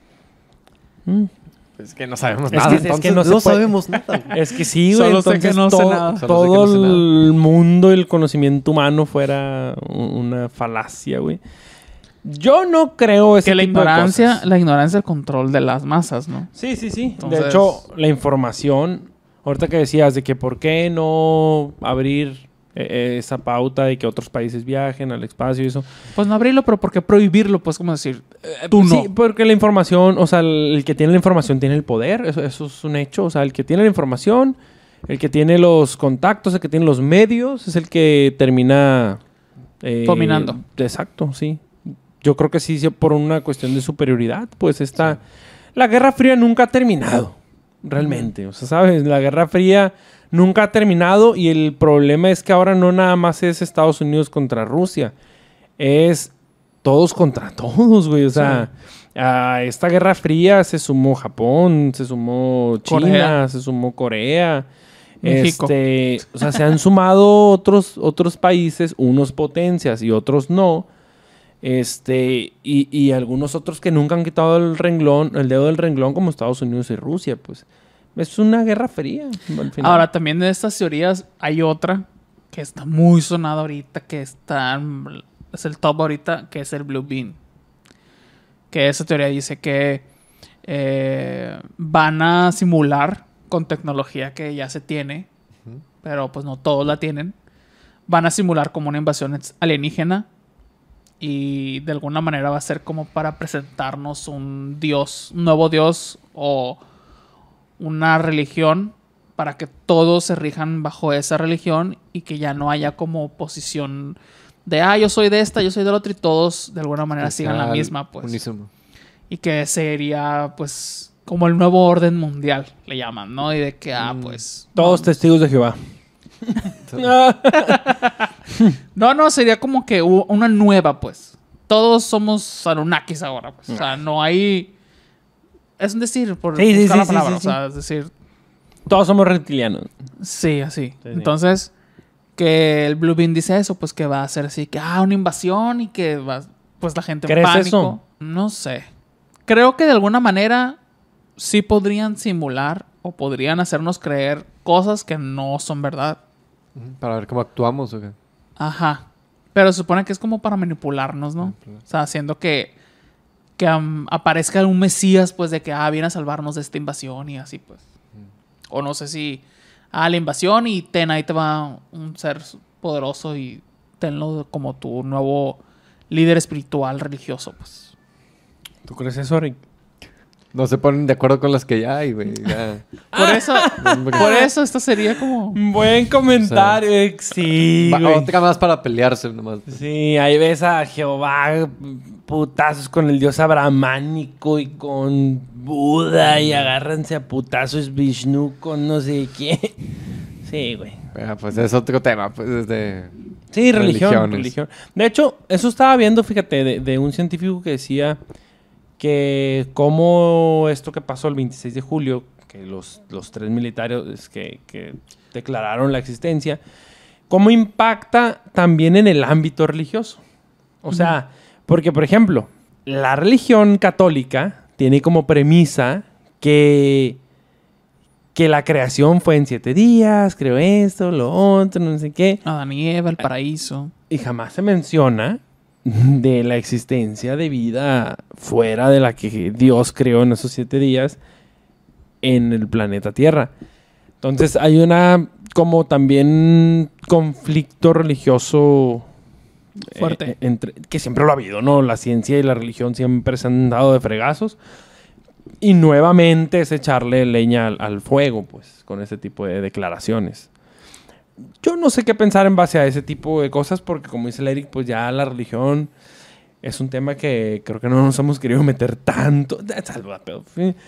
Mm. Es que no sabemos Es nada. que- es que entonces no se no puede- sabemos nada. Es que sí, güey. Solo sé Entonces que no sé todo, nada. Solo sé todo que no sé nada. el mundo y el conocimiento humano fuera u- una falacia, güey. Yo no creo ese Que la tipo de ignorancia, cosas. la ignorancia es el control de las masas, ¿no? Sí, sí, sí. Entonces- De hecho, la información... Ahorita que decías de que por qué no abrir eh, esa pauta de que otros países viajen al espacio y eso. Pues no abrirlo, pero ¿por qué prohibirlo? Pues como decir, eh, tú Sí, no. porque la información, o sea, el, el que tiene la información tiene el poder, eso, eso es un hecho. O sea, el que tiene la información, el que tiene los contactos, el que tiene los medios, es el que termina... eh, Dominando. Exacto, sí. Yo creo que sí, sí, por una cuestión de superioridad, pues esta... La Guerra Fría nunca ha terminado, realmente. O sea, ¿sabes? La Guerra Fría nunca ha terminado y el problema es que ahora no nada más es Estados Unidos contra Rusia. Es todos contra todos, güey. O sea, a esta Guerra Fría se sumó Japón, se sumó China, Corea. se sumó Corea. México. Este, o sea, se han sumado otros, otros países, unos potencias y otros no. Este, y, y algunos otros que nunca han quitado el renglón, el dedo del renglón, como Estados Unidos y Rusia, pues. Es una guerra fría, al final. Ahora, también de estas teorías hay otra que está muy sonada ahorita, que está, es el top ahorita, que es el Blue Beam. Que esa teoría dice que eh, van a simular con tecnología que ya se tiene, Ujú. pero pues no todos la tienen. Van a simular como una invasión alienígena y de alguna manera va a ser como para presentarnos un dios, un nuevo dios o una religión para que todos se rijan bajo esa religión y que ya no haya como posición de, ah, yo soy de esta, yo soy del otro y todos de alguna manera sigan la Al misma, pues. unísono. Y que sería, pues, como el nuevo orden mundial, le llaman, ¿no? Y de que, ah, Mm. pues... Todos no, testigos de Jehová. no, no, sería como que u- una nueva, pues. Todos somos Anunnakis ahora, pues. O sea, no hay... Es un decir, por Sí, sí, buscar la sí, sí, palabra. sí, O sea, es decir, Todos somos reptilianos. sí, así. Sí, sí. Entonces, que el Blue Beam dice eso, pues que va a ser así, que, ah, una invasión y que va... Pues la gente en ¿Crees pánico. eso? No sé. Creo que de alguna manera sí podrían simular o podrían hacernos creer cosas que no son verdad. Ujú. Para ver cómo actuamos o qué. Ajá. Pero se supone que es como para manipularnos, ¿no? Manipular. O sea, haciendo que, que um, aparezca un mesías, pues, de que, ah, viene a salvarnos de esta invasión y así, pues. O no sé si a la invasión y ten, ahí te va un ser poderoso y tenlo como tu nuevo líder espiritual religioso, pues. ¿Tú crees eso, Rick? No se ponen de acuerdo con las que ya hay, güey. Ya. Por eso, por eso esto sería como... Buen comentario. O sea, eh, sí, Va- güey. otra más para pelearse nomás. Sí, ahí ves a Jehová putazos con el dios abrahámico y con Buda y agárrense a putazos Vishnu con no sé quién. Sí, güey. Pero, pues es otro tema, pues desde... Sí, religión, Religiones. religión. De hecho, eso estaba viendo, fíjate, de, de un científico que decía que cómo esto que pasó el veintiséis de julio, que los, los tres militares que, que declararon la existencia, cómo impacta también en el ámbito religioso. O sea, porque, por ejemplo, la religión católica tiene como premisa que, que la creación fue en siete días, creó esto, lo otro, no sé qué. Adán y Eva, el paraíso. Y jamás se menciona de la existencia de vida fuera de la que Dios creó en esos siete días en el planeta Tierra. Entonces hay una como también conflicto religioso eh, Fuerte. entre, que siempre lo ha habido, ¿no? La ciencia y la religión siempre se han dado de fregazos. Y nuevamente es echarle leña al, al fuego, pues, con ese tipo de declaraciones. Yo no sé qué pensar en base a ese tipo de cosas porque, como dice el Eric, pues ya la religión es un tema que creo que no nos hemos querido meter tanto. Salva, pero,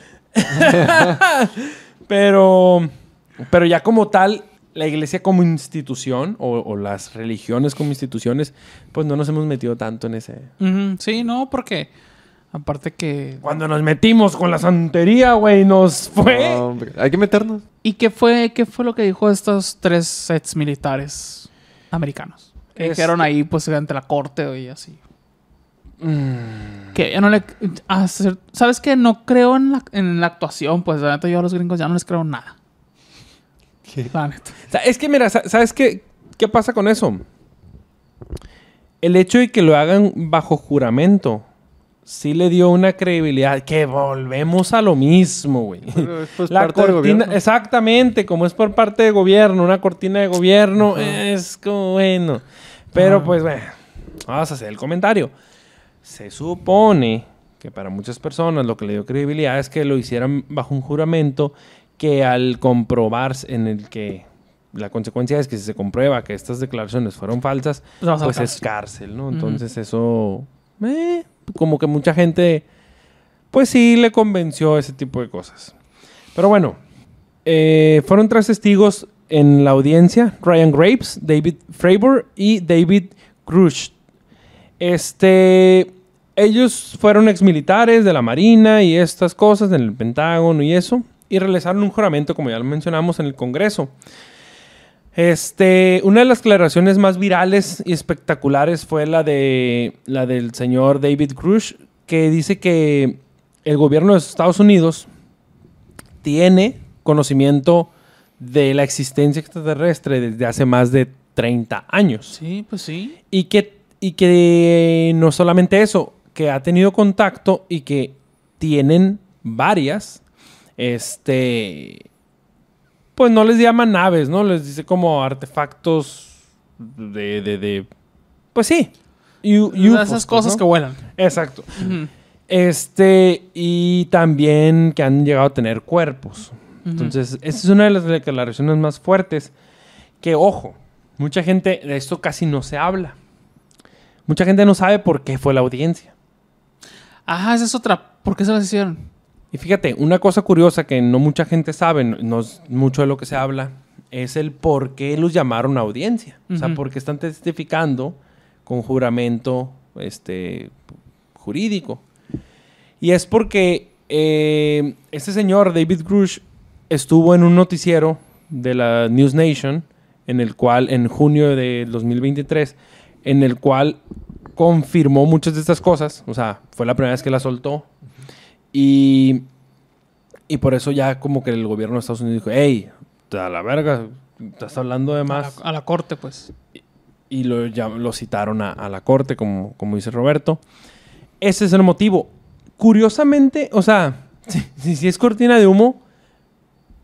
pero, pero ya como tal, la iglesia como institución o, o las religiones como instituciones, pues no nos hemos metido tanto en ese... Ujú, sí, no, porque aparte que... Cuando nos metimos con la santería, güey, nos fue... No, hombre, hay que meternos. ¿Y qué fue, qué fue lo que dijo estos tres ex militares americanos? Que Este- dijeron ahí, pues, ante la corte y así. Mm. Que ya no le... ah, ¿sabes qué? No creo en la, en la actuación, pues, la neta, yo a los gringos ya no les creo nada. La neta. O sea, es que mira, sa- ¿sabes qué, qué pasa con eso? El hecho de que lo hagan bajo juramento sí le dio una credibilidad. Que volvemos a lo mismo, güey. Pues La parte del cortina, gobierno. exactamente, como es por parte de gobierno, una cortina de gobierno, es como bueno. Pero Ajá. pues, bueno, vamos a hacer el comentario. Se supone que para muchas personas lo que le dio credibilidad es que lo hicieran bajo un juramento que al comprobarse en el que la consecuencia es que si se comprueba que estas declaraciones fueron falsas, Pues vas a la pues es cárcel. cárcel, ¿no? Ujú. Entonces eso, eh, como que mucha gente, pues sí le convenció ese tipo de cosas. Pero bueno, eh, fueron tres testigos en la audiencia: Ryan Graves, David Fravor y David Grush. Este, ellos fueron exmilitares de la Marina y estas cosas en el Pentágono y eso, y realizaron un juramento, como ya lo mencionamos, en el Congreso. Este, una de las declaraciones más virales y espectaculares fue la de la del señor David Grush, que dice que el gobierno de Estados Unidos tiene conocimiento de la existencia extraterrestre desde hace más de treinta años. Sí, pues sí. Y que, y que no solamente eso, que ha tenido contacto y que tienen varias, este, pues no les llaman naves, ¿no? Les dice como artefactos de, de, de pues sí. U- U F Os, Esas pues, cosas ¿no? que vuelan. Exacto. Ujú. Este, y también que han llegado a tener cuerpos. Entonces, esa es una de las declaraciones más fuertes. Que, ojo, mucha gente, de esto casi no se habla. Mucha gente no sabe por qué fue la audiencia. Ajá, esa es otra. ¿Por qué se las hicieron? Y fíjate, una cosa curiosa que no mucha gente sabe, no, no es mucho de lo que se habla, es el por qué los llamaron a audiencia. O sea, Ujú. porque están testificando con juramento este, jurídico. Y es porque eh, este señor, David Grush, estuvo en un noticiero de la News Nation, en el cual, en junio de dos mil veintitrés, en el cual confirmó muchas de estas cosas. O sea, fue la primera vez que las soltó. Y, y por eso ya como que el gobierno de Estados Unidos dijo, hey, a la verga, estás hablando de A más. la, a la corte, pues. Y lo, ya, lo citaron a, a la corte, como, como dice Roberto. Ese es el motivo. Curiosamente, o sea, si, si, si es cortina de humo,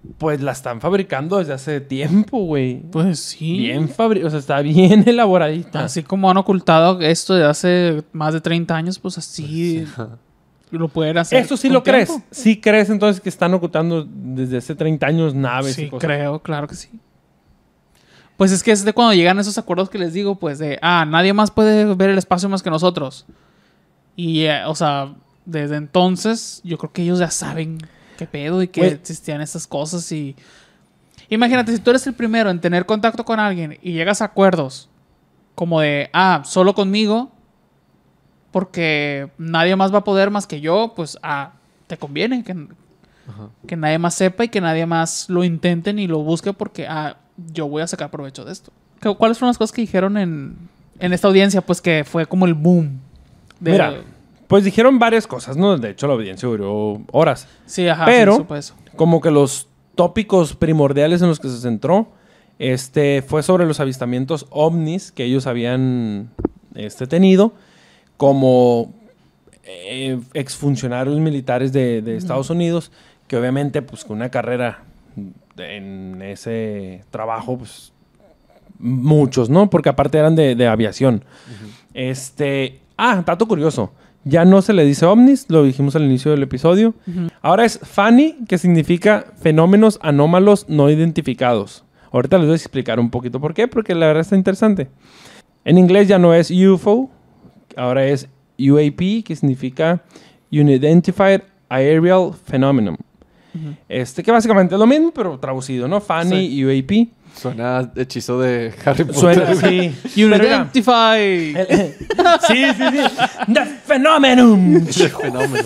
pues la están fabricando desde hace tiempo, güey. Pues sí. Bien fabricada, o sea, está bien elaboradita. Así como han ocultado esto de hace más de treinta años, pues así lo pueden hacer. ¿Eso sí con lo crees? tiempo. ¿Sí crees entonces que están ocultando desde hace treinta años naves y Sí, cosas? creo, claro que sí. Pues es que es de cuando llegan esos acuerdos que les digo, pues de, ah, nadie más puede ver el espacio más que nosotros. Y, eh, o sea, desde entonces yo creo que ellos ya saben qué pedo y que Güey. existían estas cosas y... Imagínate, si tú eres el primero en tener contacto con alguien y llegas a acuerdos como de, ah, solo conmigo, porque nadie más va a poder más que yo, pues, ah, te conviene que, Ajá. que nadie más sepa y que nadie más lo intente ni lo busque porque, ah, yo voy a sacar provecho de esto. ¿Qué- ¿Cuáles fueron las cosas que dijeron en, en esta audiencia? Pues que fue como el boom. De, Mira, pues dijeron varias cosas, ¿no? De hecho, la audiencia duró horas. sí, ajá, pero- sí, supe eso. Como que los tópicos primordiales en los que se centró este, fue sobre los avistamientos ovnis que ellos habían este, tenido como eh, exfuncionarios militares de, de Estados Unidos, que obviamente pues con una carrera en ese trabajo, pues muchos, ¿no? Porque aparte eran de, de aviación. Este, ah, dato curioso. Ya no se le dice ovnis, lo dijimos al inicio del episodio. Ujú. Ahora es F A N I, que significa fenómenos anómalos no identificados. Ahorita les voy a explicar un poquito por qué, porque la verdad está interesante. En inglés ya no es U F O, ahora es U A P, que significa Unidentified Aerial Phenomenon. Ujú. Este, que básicamente es lo mismo, pero traducido, ¿no? F A N I y U A P. Suena hechizo de Harry Potter. Suena así. Pero mira, Unidentify. el- sí, sí, sí. The Phenomenon. Ese fenómeno.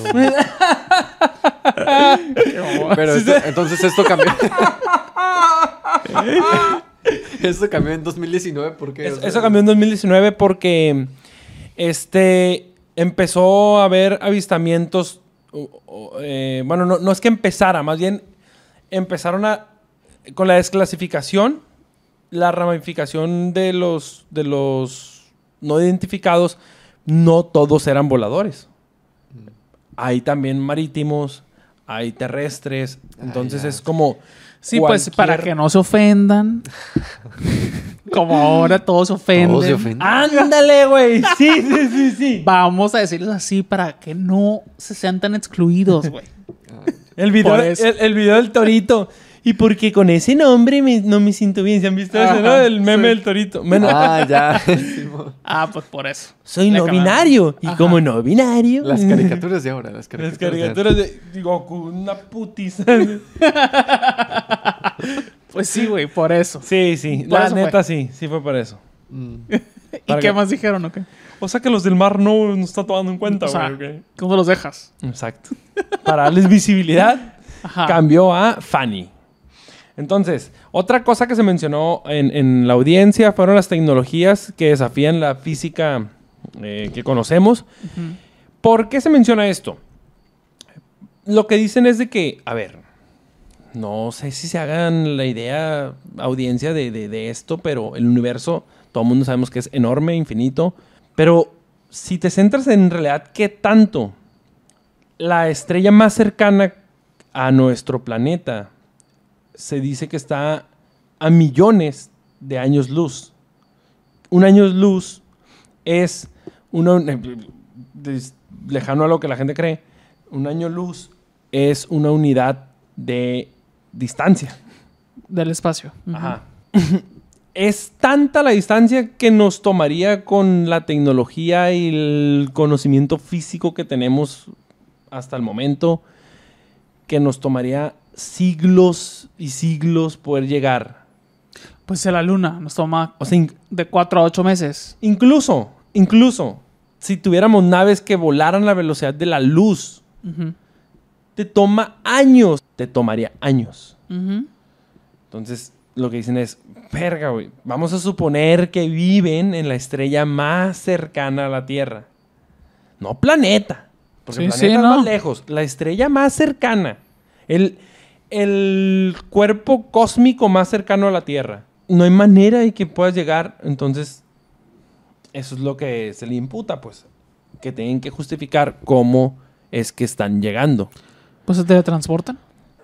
Pero esto- entonces esto cambió. Esto cambió en dos mil diecinueve porque... Es- Eso cambió en dos mil diecinueve porque este, empezó a haber avistamientos. o- o, eh, bueno, no, no es que empezara, más bien empezaron a. Con la desclasificación, la ramificación de los, de los no identificados, no todos eran voladores. Hay también marítimos, hay terrestres. Entonces ya. es como. Sí, pues para cualquier- que no se ofendan. Como ahora todos se ofenden. Todos se ofenden. ¡Ándale, güey! Sí, sí, sí, sí. Vamos a decirles así para que no se sean tan excluidos, güey. El video, Por eso. el, el video del torito. Y porque con ese nombre me- no me siento bien. ¿Se han visto ese, Ajá, no? El meme sí. del torito. Bueno, Ah, ya. Simón. Ah, pues por eso. soy Le no cambiaron. binario. Y Ajá. como no binario... Las caricaturas de ahora. Las Las caricaturas, caricaturas de Goku, una putiza. Pues sí, güey, por eso. Sí, sí. Por La eso neta, sí. Sí fue por eso. de... Mm. ¿Y Para qué que- más dijeron o qué? O sea que los del mar no nos está tomando en cuenta, O sea, güey. ok. ¿cómo los dejas? Exacto. Para darles visibilidad, Ajá. cambió a Fanny. Entonces, otra cosa que se mencionó en, en la audiencia fueron las tecnologías que desafían la física eh, que conocemos. Ujú. ¿Por qué se menciona esto? Lo que dicen es de que, a ver, no sé si se hagan la idea, audiencia, de, de- de esto, pero el universo, todo el mundo sabemos que es enorme, infinito. Pero si te centras en realidad qué tanto la estrella más cercana a nuestro planeta se dice que está a millones de años luz. Un año luz es una, des- lejano a lo que la gente cree. Un año luz es una unidad de distancia. Del espacio. Ujú. Ajá. Es tanta la distancia que nos tomaría con la tecnología y el conocimiento físico que tenemos hasta el momento, que nos tomaría siglos y siglos poder llegar. Pues en la luna nos toma O sea, in- de cuatro a ocho meses. incluso, incluso, si tuviéramos naves que volaran a la velocidad de la luz, Ujú. te toma años. Te tomaría años. Ujú. Entonces, lo que dicen es, verga, güey, vamos a suponer que viven en la estrella más cercana a la Tierra. No planeta, porque Sí, el sí, planeta es no. más lejos. La estrella más cercana. El, el cuerpo cósmico más cercano a la Tierra. No hay manera de que puedas llegar. Entonces, eso es lo que se le imputa, pues. Que tienen que justificar cómo es que están llegando. Pues se teletransportan.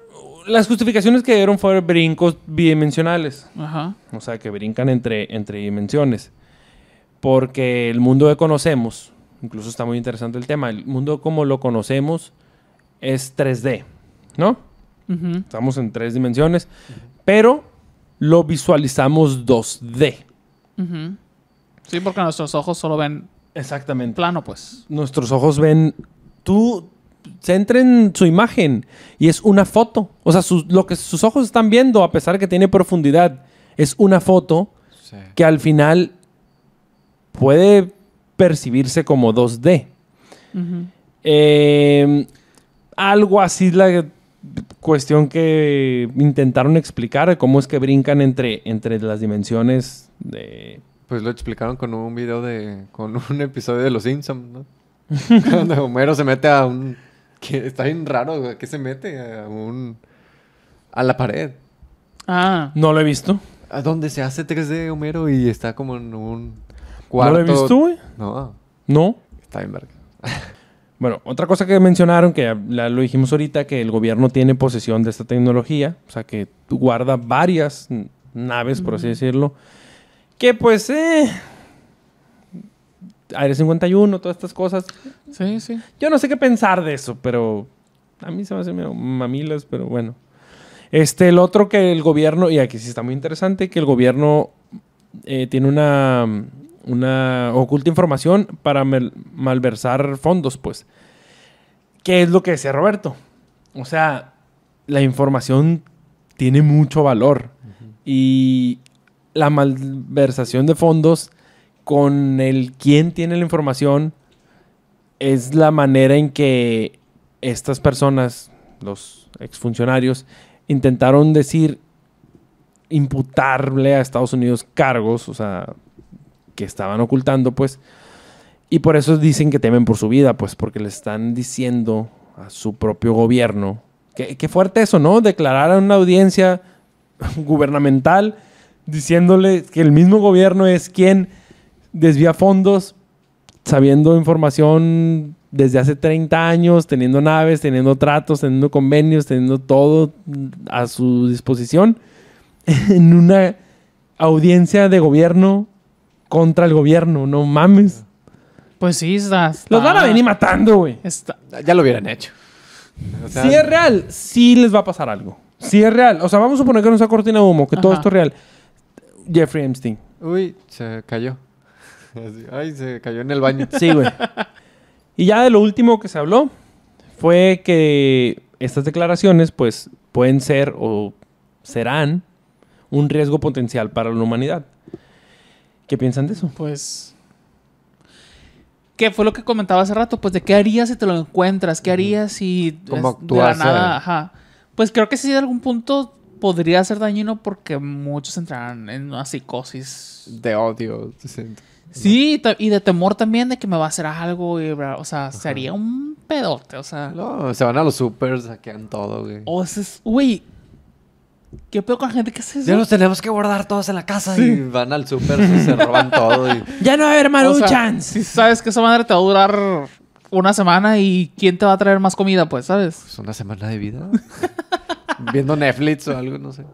las justificaciones que dieron fueron brincos bidimensionales. Ajá. O sea, que brincan entre, entre dimensiones. Porque el mundo que conocemos, incluso está muy interesante el tema, el mundo como lo conocemos es tres D, ¿no? Ujú. Estamos en tres dimensiones, pero lo visualizamos dos D. Ujú. Sí, porque nuestros ojos solo ven Exactamente. plano, pues. Nuestros ojos ven... Tú centra en su imagen y es una foto. O sea, sus- lo que sus ojos están viendo, a pesar que tiene profundidad, es una foto Sí. que al final puede percibirse como dos D. Ujú. Eh, algo así es la cuestión que intentaron explicar, de cómo es que brincan entre, entre las dimensiones de... Pues lo explicaron con un video de... Con un episodio de Los Simpsons, ¿no? Cuando Homero se mete a un... Que está bien raro, güey. ¿Qué se mete? A un... A la pared. Ah, No lo he visto. A donde se hace tres D Homero y está como en un ¿No cuarto. lo he visto, güey? No, No. está bien verga. Bueno, otra cosa que mencionaron, que ya la- lo dijimos ahorita, que el gobierno tiene posesión de esta tecnología, o sea, que guarda varias n- naves, por así decirlo, que pues, eh, Área cincuenta y uno, todas estas cosas, sí, sí. yo no sé qué pensar de eso, pero a mí se me hacen medio mamilas, pero bueno. Este, el otro que el gobierno, y aquí sí está muy interesante, que el gobierno eh, tiene una, una oculta información para mel- malversar fondos, pues. ¿Qué es lo que decía Roberto? O sea, la información tiene mucho valor. Y la malversación de fondos con el quién tiene la información es la manera en que estas personas, los exfuncionarios, intentaron decir, imputarle a Estados Unidos cargos, o sea, que estaban ocultando, pues. Y por eso dicen que temen por su vida, pues, porque le están diciendo a su propio gobierno. Qué, qué fuerte eso, ¿no? Declarar a una audiencia gubernamental diciéndole que el mismo gobierno es quien desvía fondos, sabiendo información desde hace treinta años, teniendo naves, teniendo tratos, teniendo convenios, teniendo todo a su disposición, en una audiencia de gobierno contra el gobierno. No mames. Pues sí, está. está- Los van a venir matando, güey. está- Ya lo hubieran hecho. O sea, Si es real, sí les va a pasar algo. Si es real. O sea, vamos a suponer que no sea cortina de humo, que todo Ajá. esto es real. Jeffrey Epstein. Uy, se cayó. Así, ay, se cayó en el baño. Sí, güey. Y ya de lo último que se habló fue que estas declaraciones, pues, pueden ser o serán un riesgo potencial para la humanidad. ¿Qué piensan de eso? Pues. ¿Qué fue lo que comentaba hace rato? Pues de qué harías si te lo encuentras, qué harías si ¿Cómo es de la actúas, nada, eh? ajá. Pues creo que sí de algún punto podría ser dañino porque muchos entrarán en una psicosis. De odio. se siente. Sí, ta- y de temor también de que me va a hacer algo, y, bla, o sea, sería un pedote, o sea. No, se van a los supers, saquean todo, güey. O sea, es- güey, ¿qué pedo con la gente que hace eso? Ya nos tenemos que guardar todos en la casa. Y van al super, y se roban todo. Y... Ya no va a haber O sea, Maruchans. si sabes que esa madre te va a durar una semana y quién te va a traer más comida, pues, ¿sabes? Pues una semana de vida. Viendo Netflix o algo, no sé.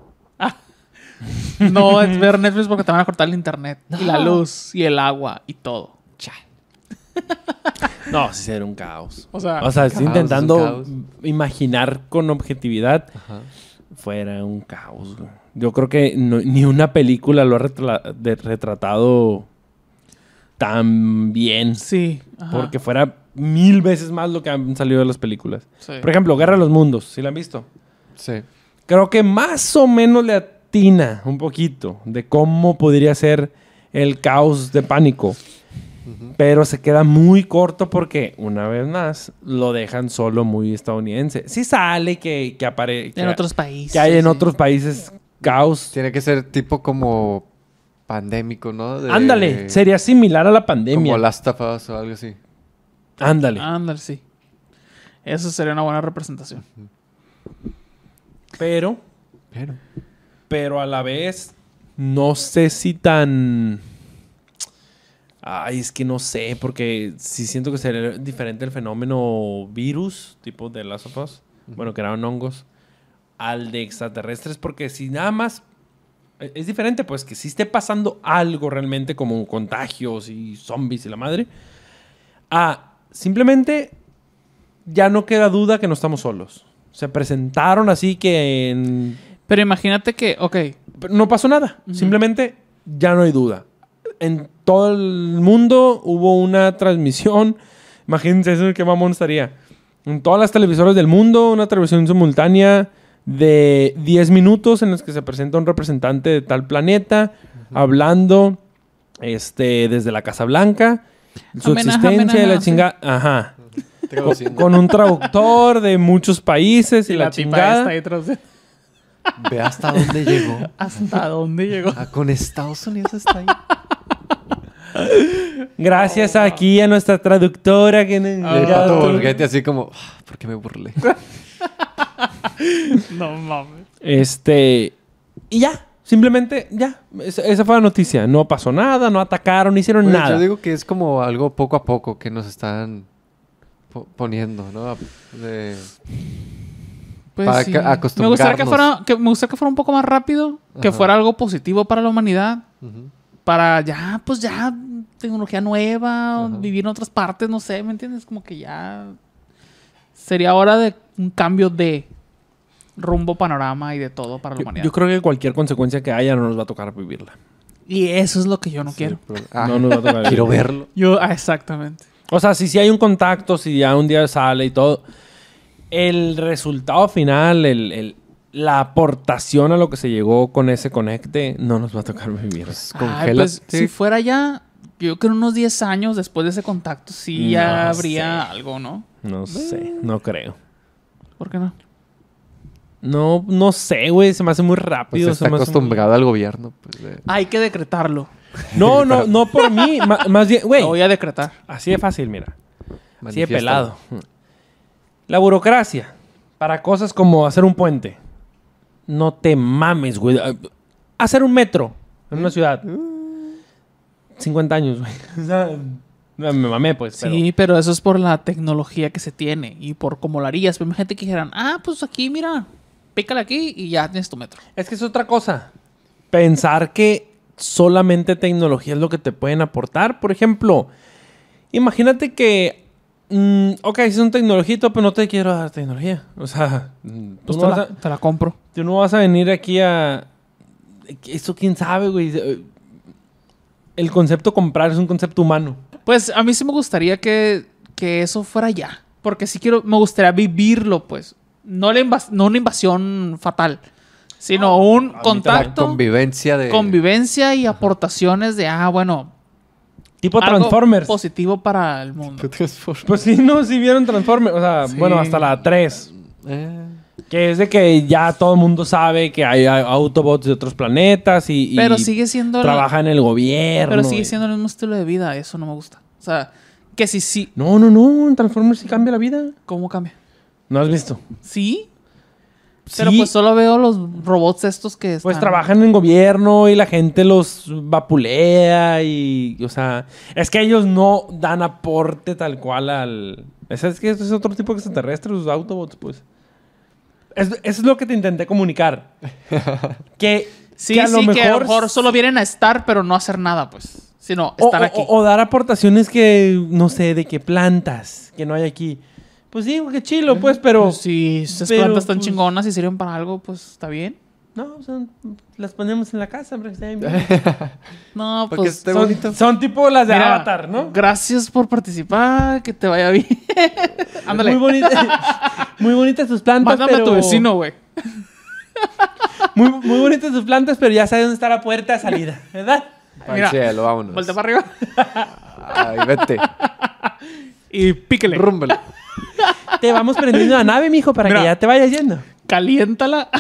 No es ver Netflix porque te van a cortar el internet y la luz y el agua y todo. No, sí sería un caos. O sea, O sea, estoy caos, intentando es un caos. imaginar con objetividad. Ajá. Fuera un caos, güey. Yo creo que no- ni una película lo ha retla- de- retratado tan bien. sí. Ajá. Porque fuera mil veces más lo que han salido de las películas. Sí. Por ejemplo, Guerra de los Mundos, ¿sí la han visto? Sí. Creo que más o menos le atina un poquito de cómo podría ser el caos de pánico. Pero se queda muy corto porque, una vez más, lo dejan solo muy estadounidense. Sí sale que, que aparece... En otros países. Que hay en sí. otros países caos. Tiene que ser tipo como pandémico, ¿no? De- Ándale, sería similar a la pandemia. Como Last of Us o algo así. Ándale. Ándale, sí. Eso sería una buena representación. Pero, Pero... pero a la vez, no sé si tan... Ay, es que no sé, porque sí siento que sería diferente el fenómeno virus, tipo de Last of Us. Bueno, que eran hongos. al de extraterrestres, porque si nada más es diferente, pues que si esté pasando algo realmente como contagios y zombies y la madre, ah, simplemente ya no queda duda que no estamos solos. Se presentaron así que en... Pero imagínate que, ok. no pasó nada. Uh-huh. Simplemente ya no hay duda. En todo el mundo hubo una transmisión. Imagínense eso, qué mamón estaría. En todas las televisoras del mundo, una transmisión simultánea de diez minutos en los que se presenta un representante de tal planeta, uh-huh, hablando este, desde la Casa Blanca, su amenaza, existencia, amenaza, la chingada. Sí. Ajá. Con, con un traductor de muchos países y, y la, la chingada. Ve hasta dónde llegó. ¿Hasta dónde llegó? Ah, con Estados Unidos está ahí. Gracias oh, aquí a nuestra traductora que oh, Borghetti así como, ¿por qué me burlé? No mames. Este y ya, simplemente ya, esa, esa fue la noticia. No pasó nada, no atacaron, no hicieron pues nada. Yo digo que es como algo poco a poco que nos están po- poniendo, ¿no? De... Pues para sí. acostumbrarnos. Me gustaría que fuera, que, me gustaría que fuera un poco más rápido, que Ajá. fuera algo positivo para la humanidad. Uh-huh. Para ya, pues ya, tecnología nueva, uh-huh. vivir en otras partes, no sé, ¿me entiendes? Como que ya sería hora de un cambio de rumbo, panorama y de todo para la yo, humanidad. Yo creo que cualquier consecuencia que haya no nos va a tocar vivirla. Y eso es lo que yo no sí, quiero. Pero, ah, no nos va a tocar quiero verlo. Yo, ah, exactamente. O sea, si, si hay un contacto, si ya un día sale y todo, el resultado final, el, el, la aportación a lo que se llegó con ese conecte, no nos va a tocar vivir. Pues, Ay, pues, sí. Si fuera ya, yo creo que unos diez años después de ese contacto, sí no ya habría sé. algo, ¿no? No sé, no creo. ¿Por qué no? No, no sé, güey. Se me hace muy rápido. Pues está se me acostumbrado muy... al gobierno. Pues, de... Hay que decretarlo. No, no, no por mí. M- más bien, güey. Lo voy a decretar. Así de fácil, mira. Así de pelado. La burocracia. Para cosas como hacer un puente. No te mames, güey. Hacer un metro en una ciudad. cincuenta años, güey. O sea, me mamé, pues. Pero... Sí, pero eso es por la tecnología que se tiene y por cómo lo harías. Pero imagínate que dijeran, ah, pues aquí, mira, pícale aquí y ya tienes tu metro. Es que es otra cosa. Pensar que solamente tecnología es lo que te pueden aportar. Por ejemplo, imagínate que, mmm, ok, es un tecnologito, pero no te quiero dar tecnología. O sea, pues no te, vas la, a, te la compro. Tú no vas a venir aquí a... Eso quién sabe, güey. El concepto comprar es un concepto humano. Pues a mí sí me gustaría que, que eso fuera ya. Porque sí quiero, me gustaría vivirlo, pues. No, la invas- no una invasión fatal, sino oh, un contacto. La convivencia de... Convivencia y aportaciones de, ah, bueno... Tipo Transformers. Positivo para el mundo. Pues sí, no, sí vieron Transformers. O sea, sí. Bueno, hasta la tres. Eh... Que es de que ya todo el mundo sabe que hay Autobots de otros planetas y, pero y sigue siendo trabaja la... en el gobierno. Pero sigue y... siendo el mismo estilo de vida. Eso no me gusta. O sea, que si sí... No, no, no. En Transformers sí cambia la vida. ¿Cómo cambia? ¿No has visto? ¿Sí? Sí. Pero pues solo veo los robots estos que están... Pues trabajan en gobierno y la gente los vapulea y... O sea... Es que ellos no dan aporte tal cual al... Es, es que es otro tipo de extraterrestres, los Autobots, pues. Es, eso es lo que te intenté comunicar. Que, sí, que a sí, lo mejor... que a lo mejor solo vienen a estar, pero no hacer nada, pues. Sino estar o, aquí. O, o dar aportaciones que, no sé, de que plantas que no hay aquí. Pues sí, qué chilo, pues, pero... Pues si esas pero, plantas están pues, chingonas y sirven para algo, pues está bien. No, son, las ponemos en la casa para que estén bien. No, porque pues... esté son, bonito. Son tipo las de Mira, Avatar, ¿no? Gracias por participar, que te vaya bien. Ándale. Muy bonita, muy bonitas tus plantas, mándame pero... a tu vecino, güey. Muy, muy bonitas tus plantas, pero ya sabes dónde está la puerta de salida, ¿verdad? Al cielo, vámonos. Vuelta para arriba. Ay, vete. Y píquele. Rúmbale. Te vamos prendiendo la nave, mijo, para Mira, que ya te vayas yendo. Caliéntala.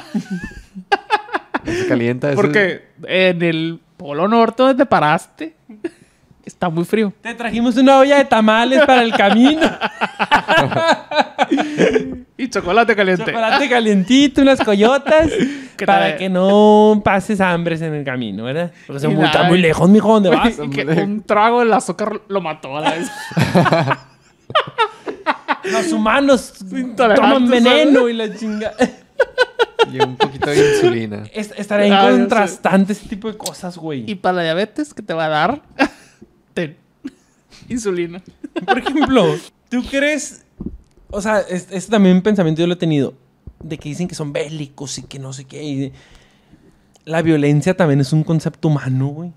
Se calienta eso. Porque en el Polo Norte donde te paraste está muy frío. Te trajimos una olla de tamales para el camino. Y chocolate caliente. Chocolate calientito, unas coyotas. Para que no pases hambres en el camino, ¿verdad? Porque se está muy lejos, mijo, ¿dónde vas? Y que un trago del azúcar lo mató a la vez. Los humanos toman veneno y la chinga. Y un poquito de insulina. Es- estaría Ah, yo contrastante ese tipo de cosas, güey. Y para la diabetes, ¿qué te va a dar? Ten. Insulina. Por ejemplo, ¿tú crees? O sea, es, es también un pensamiento yo lo he tenido. De que dicen que son bélicos y que no sé qué. y- La violencia también es un concepto humano, güey.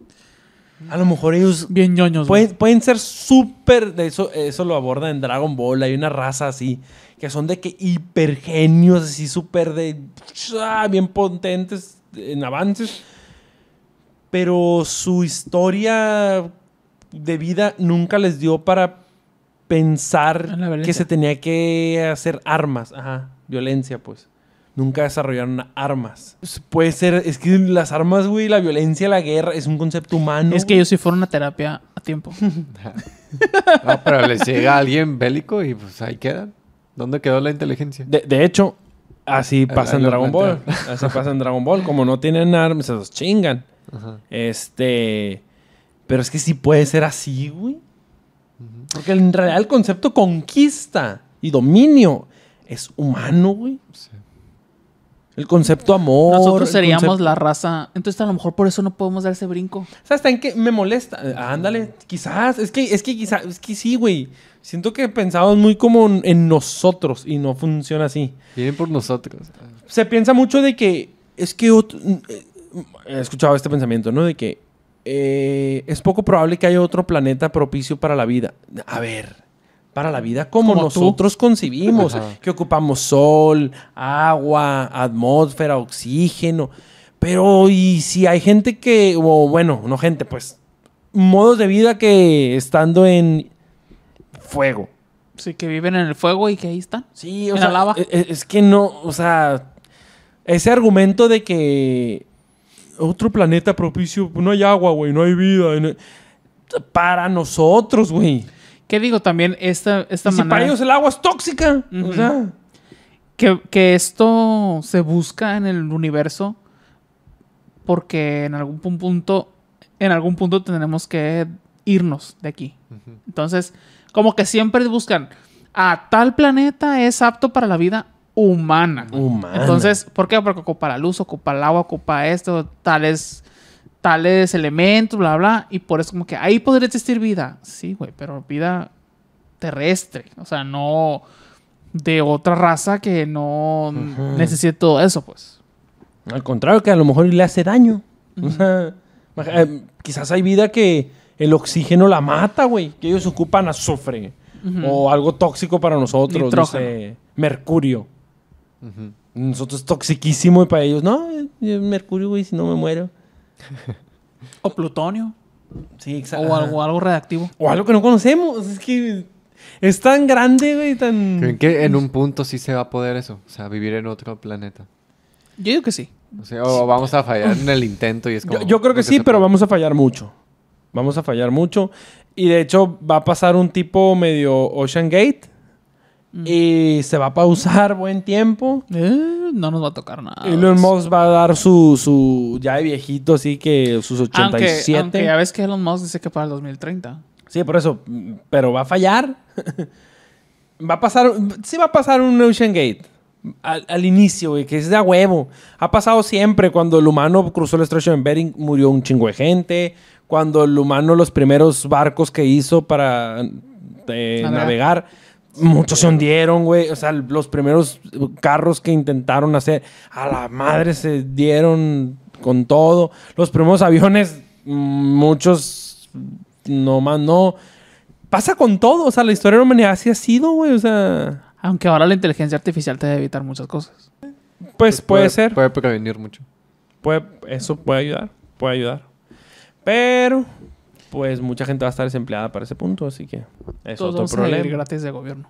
A lo mejor ellos Bien ñoños, güey. pueden, pueden ser súper... De eso, eso lo aborda en Dragon Ball. Hay una raza así. Que son de que hipergenios, así súper de... ah, bien potentes en avances. Pero su historia de vida nunca les dio para pensar En la violencia. que se tenía que hacer armas. Ajá, violencia, pues. Nunca desarrollaron armas. Puede ser, es que las armas, güey, la violencia, la guerra, es un concepto humano. Es que ellos sí fueron a terapia a tiempo. No, pero les llega alguien bélico y pues ahí quedan. ¿Dónde quedó la inteligencia? De, de hecho, así pasa en lo Dragon Ball. plantea. Así pasa en Dragon Ball. Como no tienen armas, se los chingan. Ajá. Este. Pero es que sí puede ser así, güey. Porque en realidad el concepto conquista y dominio es humano, güey. Sí. El concepto amor. Nosotros el seríamos concepto- la raza. Entonces a lo mejor por eso no podemos dar ese brinco. ¿Sabes también que me molesta? Ah, ándale, quizás. Es que, es que quizás, es que sí, güey. Siento que pensamos muy como en- en nosotros y no funciona así. Vienen por nosotros. Se piensa mucho de que es que otro- eh, he escuchado este pensamiento, ¿no? De que eh, es poco probable que haya otro planeta propicio para la vida. A ver, para la vida como, Como tú. nosotros concibimos, Ajá. que ocupamos sol, agua, atmósfera, oxígeno. Pero y si hay gente que, o bueno, no gente, pues modos de vida que estando en fuego. Sí, que viven en el fuego y que ahí están. Sí, o En sea, la lava. e- e- es que no, o sea, ese argumento de que otro planeta propicio, no hay agua, güey, no hay vida. y no- Para nosotros, güey. ¿Qué digo? También esta, esta Y si manera... para ellos el agua es tóxica. O Ujú. sea, que, que esto se busca en el universo porque en algún pu- punto en algún punto tenemos que irnos de aquí. Ujú. Entonces, como que siempre buscan a tal planeta es apto para la vida humana. humana. Entonces, ¿por qué? Porque ocupa la luz, ocupa el agua, ocupa esto, tales tales elementos, bla, bla, y por eso como que ahí podría existir vida. Sí, güey, pero vida terrestre, o sea, no de otra raza que no Ujú. necesite todo eso, pues. Al contrario, que a lo mejor le hace daño. O sea, eh, quizás hay vida que el oxígeno la mata, güey. Que ellos ocupan azufre. Ujú. O algo tóxico para nosotros. No Nitrógeno. sé, mercurio. Ujú. Nosotros toxiquísimo y para ellos, no, eh, mercurio, güey, si no me muero. O plutonio, Sí, exacto. o algo, algo redactivo. O algo que no conocemos. Es que es tan grande, güey, tan... ¿Creen que en un punto sí se va a poder eso? O sea, vivir en otro planeta. Yo digo que sí. O sea, o vamos a fallar en el intento y es como... Yo, yo creo que lo sí, se pero puede. vamos a fallar mucho. Vamos a fallar mucho. Y de hecho va a pasar un tipo medio Ocean Gate. Mm. Y se va a pausar buen tiempo. Eh, no nos va a tocar nada. Elon Musk va a dar su, su ya de viejito, así que sus ochenta y Aunque, siete. aunque ya ves que Elon Musk dice que para el dos mil treinta. Sí, por eso. Pero va a fallar. Va a pasar... Sí va a pasar un Ocean Gate. Al, al inicio, güey, que es de a huevo. Ha pasado siempre. Cuando el humano cruzó el estrecho de Bering, murió un chingo de gente. Cuando el humano, los primeros barcos que hizo para eh, Navegar. navegar, muchos se hundieron, güey. O sea, los primeros carros que intentaron hacer, a la madre se dieron con todo. Los primeros aviones, mm, muchos no más no. Pasa con todo. O sea, la historia de la humanidad así ha sido, güey. O sea, Aunque ahora la inteligencia artificial te debe evitar muchas cosas. pues puede, ser. Puede prevenir mucho. Puede, eso puede ayudar. Puede ayudar. Pero, pues mucha gente va a estar desempleada para ese punto, así que es Todos otro vamos a vivir problema. gratis de gobierno.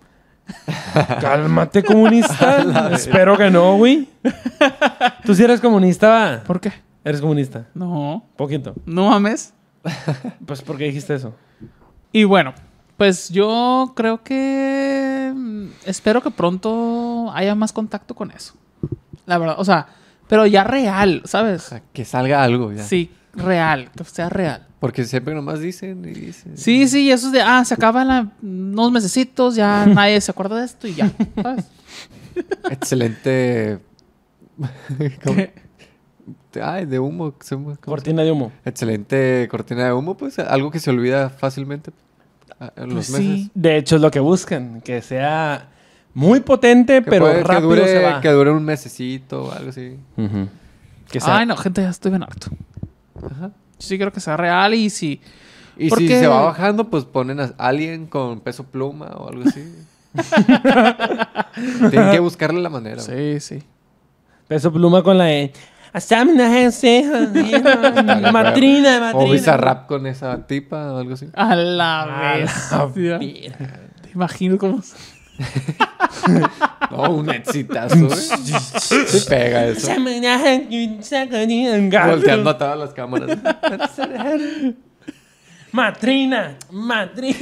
Cálmate, comunista. Espero que no, güey. Tú sí eres comunista, va. ¿Por qué? Eres comunista. No, Poquito. no mames. Pues, ¿por qué dijiste eso? Y bueno, pues yo creo que mm, espero que pronto haya más contacto con eso. La verdad, o sea, pero ya real, O ¿sabes? sea, que salga algo ya. Sí, real, que sea real. Porque siempre nomás dicen y dicen. Sí, sí, eso es de, ah, se acaba la, unos mesecitos, ya nadie se acuerda de esto y ya, ¿sabes? Excelente ¿Cómo? Ay, de humo. ¿cómo se- Cortina de humo. Excelente cortina de humo, pues algo que se olvida fácilmente a- en los Pues meses. sí. De hecho, es lo que buscan. Que sea muy potente, Que pero puede- que rápido dure, se va. que dure un mesecito o algo así. Ujú. Que sea... Ay, no, gente, ya estoy bien harto. Ajá. Sí quiero que sea real y si... Y Porque- si se va bajando, pues ponen a alguien con peso pluma o algo así. Tienen que buscarle la manera. güey. Sí, sí. Peso pluma con la E. Haceme una ceja, matrina, matrina. O Bizarrap con esa tipa o algo así. A la A vez. la Te verga. imagino cómo... No, un exitazo, ¿eh? Sí pega eso. Volteando a todas las cámaras. Matrina, matrina.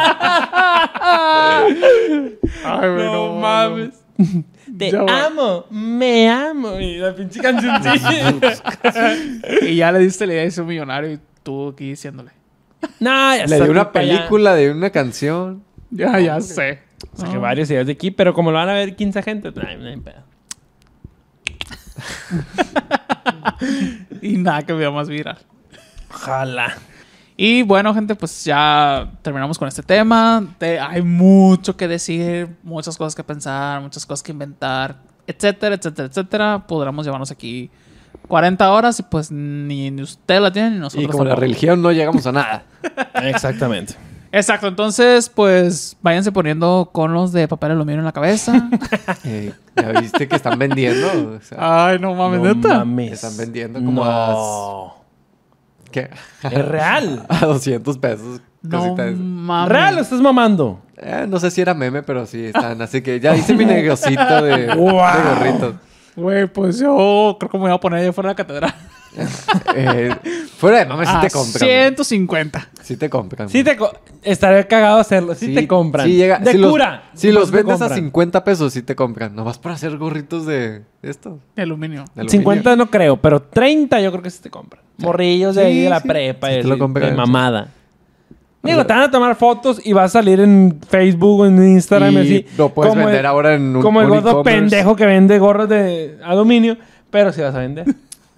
Ay, güey, No mames. Te Ya va. amo, me amo. Y la pinche cancioncilla. Y ya le diste la idea de ser un millonario y tú aquí diciéndole. No, ya Le está di una para allá. película, le di una canción. Ya, ya sé. Saqué No. varias ideas de aquí, pero como lo van a ver quince gente, ay, no hay pedo. Y nada que vea más viral. Ojalá. Y bueno, gente, pues ya terminamos con este tema. Te- hay mucho que decir, muchas cosas que pensar, muchas cosas que inventar, etcétera, etcétera, etcétera. Podríamos llevarnos aquí cuarenta horas y pues ni, ni usted la tiene ni nosotros. Y como la tampoco. religión no llegamos a nada. Exactamente. Exacto, entonces pues váyanse poniendo conos de papel aluminio en la cabeza. Eh, ¿Ya viste que están vendiendo? O sea, Ay, no mames, No neta. mames. Están vendiendo como No. ¿qué? Es real. A doscientos pesos. No cositas. mames. ¿Real o estás mamando? Eh, no sé si era meme, pero sí están. Así que ya hice mi negocito de, Wow. de gorritos. Güey, pues yo creo que me voy a poner allá fuera de la catedral. Eh, fuera de mame, sí A te compran. ciento cincuenta. Sí te compran. Sí te co- estaría cagado hacerlo. Sí, te compran. sí llega- de si los- cura. si los te vendes a compran. cincuenta pesos, sí te compran. Nomás para hacer gorritos de esto. De aluminio. de aluminio. cincuenta no creo, pero treinta yo creo que sí te compran. Morrillos de Sí, ahí de la sí. prepa. Sí y te lo así, compran. de mamada. O Digo, sea- te van a tomar fotos y va a salir en Facebook o en Instagram y, Y así. lo puedes como vender el, ahora en un Como el un gordo e-commerce. pendejo que vende gorros de aluminio, pero sí vas a vender.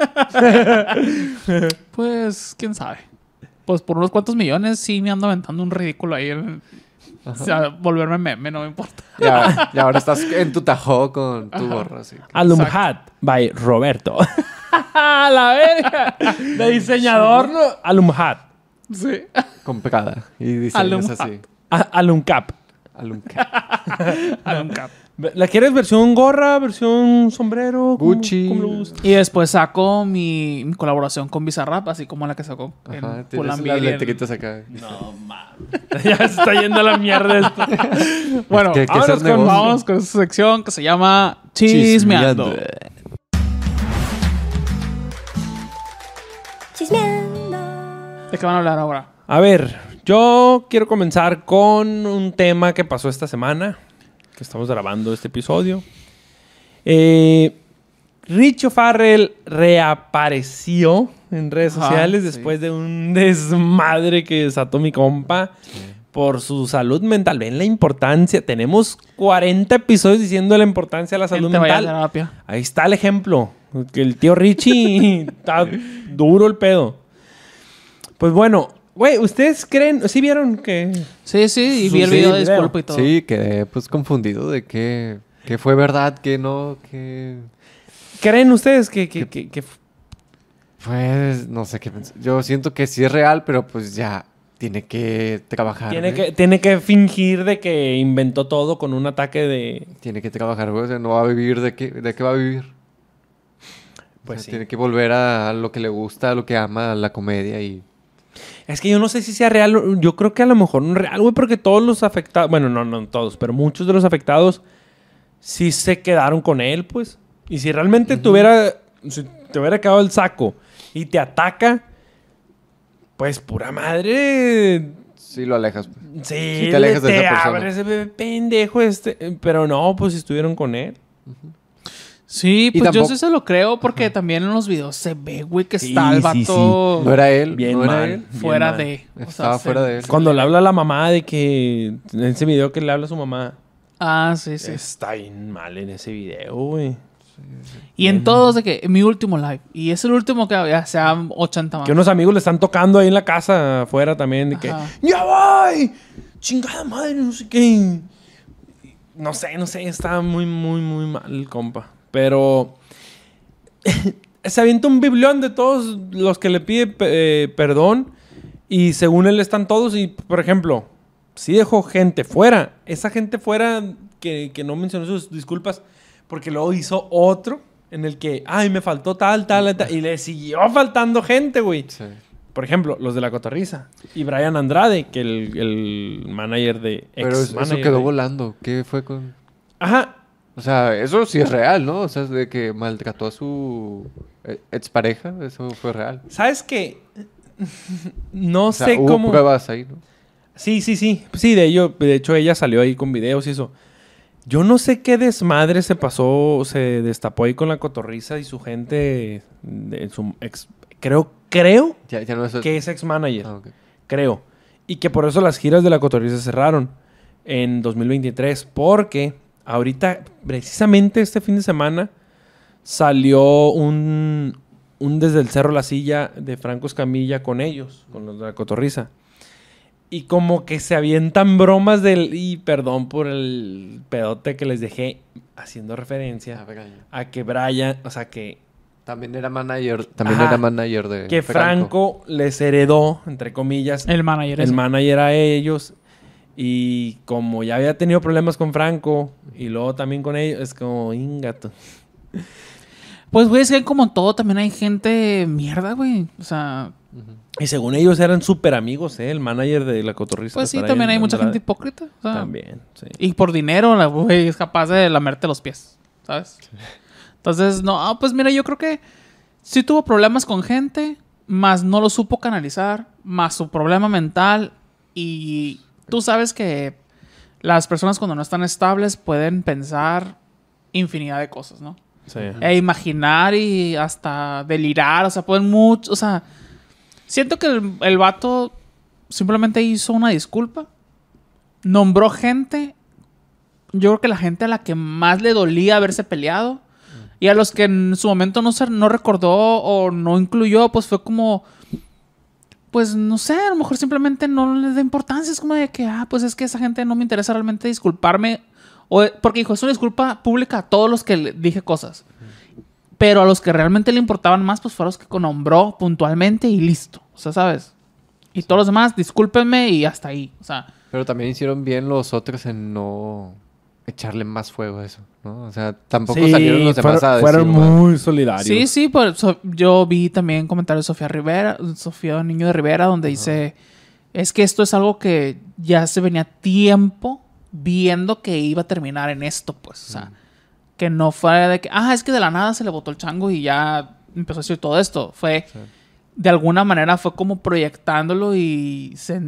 Pues, quién sabe. Pues por unos cuantos millones sí me ando aventando un ridículo ahí. En... O sea, volverme meme, no me importa. Ya, y ahora estás en tu tajo con tu gorro. Así. Alumhat by Roberto. La verga. De diseñador, ¿no? Alumhat. Sí. Comprada. Y diseños Alumhat. así. A- Alumcap. Alumca. Aluncap. ¿La quieres versión gorra, versión sombrero? ¿Cómo- Gucci. cómo lo gustas? Y después saco mi, mi colaboración con Bizarrap, así como la que sacó Ajá, en tienes Pull&Bear las y en- lentejitas acá. No, mames. Ya se está yendo a la mierda esto. Bueno, que hay que vámonos, hacer con, negocio. vámonos con esta sección que se llama Chismeando. ¿De qué van a hablar ahora? A ver, yo quiero comenzar con un tema que pasó esta semana, que estamos grabando este episodio. Eh, Rich O'Farrell reapareció en redes Ajá, sociales sí. después de un desmadre que desató mi compa por su salud mental. Ven la importancia. Tenemos cuarenta episodios diciendo la importancia de la salud Gente, vaya a mental. terapia. Ahí está el ejemplo. Que el tío Richie está duro el pedo. Pues bueno, güey, ¿ustedes creen? ¿Sí vieron que...? Sí, sí, y Su- vi el sí, video de video. disculpa y todo. Sí, quedé pues confundido de qué, qué fue verdad, qué no, qué... ¿Creen ustedes que... que, que, que- Pues no sé qué pensar. Yo siento que sí es real, pero pues ya tiene que trabajar. tiene, güey. que tiene que fingir de que inventó todo con un ataque de... Tiene que trabajar, güey. O sea, no va a vivir de qué, de qué va a vivir. Pues O sea, sí. Tiene que volver a, a lo que le gusta, a lo que ama, a la comedia y... Es que yo no sé si sea real. Yo creo que a lo mejor no es real, güey, porque todos los afectados... Bueno, no, no todos, pero muchos de los afectados sí se quedaron con él, pues. Y si realmente tuviera... Si te hubiera quedado el saco y te ataca, pues pura madre... Sí lo alejas. Sí, Sí te alejas de te esa persona. abre ese bebé pendejo este. Pero no, pues estuvieron con él. Sí, Y pues yo tampoco- sí se lo creo porque también en los videos se ve, güey, que Sí, está el sí, vato No era él, Bien no era mal. él. fuera bien mal. de... o sea, Estaba se- fuera de él. Cuando le habla a la mamá de que... En ese video que le habla a su mamá. Ah, sí, sí. Está bien mal en ese video, güey. Y en todos de que mi último live. Y es el último que ya sea ochenta más. Que unos amigos le están tocando ahí en la casa afuera también. De que, Ajá. ¡ya voy! ¡Chingada madre! No sé qué. No sé, no sé. Está muy, muy, muy mal el compa. Pero... se avienta un biblión de todos los que le pide eh, perdón. Y según él están todos. Y, por ejemplo, si dejó gente fuera. Esa gente fuera que, que no mencionó sus disculpas. Porque luego hizo otro en el que, ay, me faltó tal, tal, tal. Y le siguió faltando gente, güey. Sí. Por ejemplo, los de La Cotorrisa. Y Brian Andrade, que el, el manager de... Pero eso ex-manager quedó de- volando. ¿Qué fue con...? Ajá. O sea, eso sí es real, ¿no? O sea, de que maltrató a su eh, expareja, eso fue real. ¿Sabes qué? No O sea, sé hubo cómo... pruebas ahí, ¿no? Sí, sí, sí. Sí, de ello, de hecho ella salió ahí con videos y eso. Yo no sé qué desmadre se pasó, se destapó ahí con La Cotorrisa y su gente, de su ex, creo, creo Ya, ya no es... que es ex manager, Ah, ok. creo. Y que por eso las giras de La Cotorrisa cerraron en dos mil veintitrés, porque ahorita, precisamente este fin de semana, salió un, un Desde el Cerro La Silla de Franco Escamilla con ellos, con los de La Cotorrisa. Y como que se avientan bromas del... Y perdón por el pedote que les dejé haciendo referencia Ah, Brian. a que Brian... O sea, que, También era manager, también Ajá. era manager de que Franco les heredó, entre comillas, El manager. el ese. manager a ellos. Y como ya había tenido problemas con Franco y luego también con ellos, es como, ingato. Pues, güey, es que como todo también hay gente mierda, güey. O sea, Ujú. Y según ellos eran súper amigos, ¿eh? El manager de La Cotorrisa. pues sí, Brian también hay mucha Andrade. gente hipócrita. O sea, También, sí. Y por dinero, la güey es capaz de lamerte los pies, ¿sabes? Entonces, no, ah, pues mira, yo creo que sí tuvo problemas con gente, más no lo supo canalizar, más su problema mental. Y tú sabes que las personas cuando no están estables pueden pensar infinidad de cosas, ¿no? Sí. E imaginar y hasta delirar, o sea, pueden mucho, o sea, siento que el, el vato simplemente hizo una disculpa, nombró gente, yo creo que la gente a la que más le dolía haberse peleado y a los que en su momento no, se, no recordó o no incluyó, pues fue como, pues no sé, a lo mejor simplemente no les da importancia, es como de que, ah, pues es que esa gente no me interesa realmente disculparme. O, porque dijo, es una disculpa pública a todos los que le dije cosas. Pero a los que realmente le importaban más, pues fueron los que nombró puntualmente y listo. O sea, ¿sabes? Y todos los demás, discúlpenme y hasta ahí. O sea, Pero también hicieron bien los otros en no echarle más fuego a eso, ¿no? O sea, tampoco Sí, salieron los demás fueron, a decir... fueron "Bueno". muy solidarios. sí, sí. Por, so- yo vi también comentarios de Sofía Rivera, Sofía Niño de Rivera, donde dice, es que esto es algo que ya se venía tiempo viendo que iba a terminar en esto, pues. O sea, Mm. que no fue de que, ah, es que de la nada se le botó el chango y ya empezó a decir todo esto. Fue, Sí. de alguna manera, fue como proyectándolo y se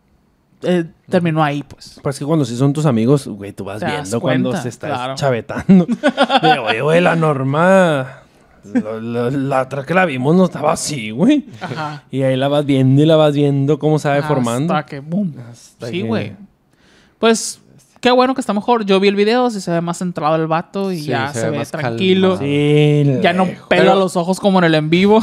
eh, terminó ahí, pues. Pues que cuando sí son tus amigos, güey, tú vas Te das viendo cuando cuenta, se está claro. chavetando. De, oye, güey, la Norma... lo- lo- la otra que la vimos no estaba así, güey. Ajá. Y ahí la vas viendo y la vas viendo cómo se va deformando. Hasta que, boom. Hasta Sí, que- güey. Pues, qué bueno que está mejor. Yo vi el video, si se ve más centrado el vato y Sí, ya se se, ve ve más tranquilo. calmado. Sí, Ya no lejos. pela Pero- los ojos como en el en vivo.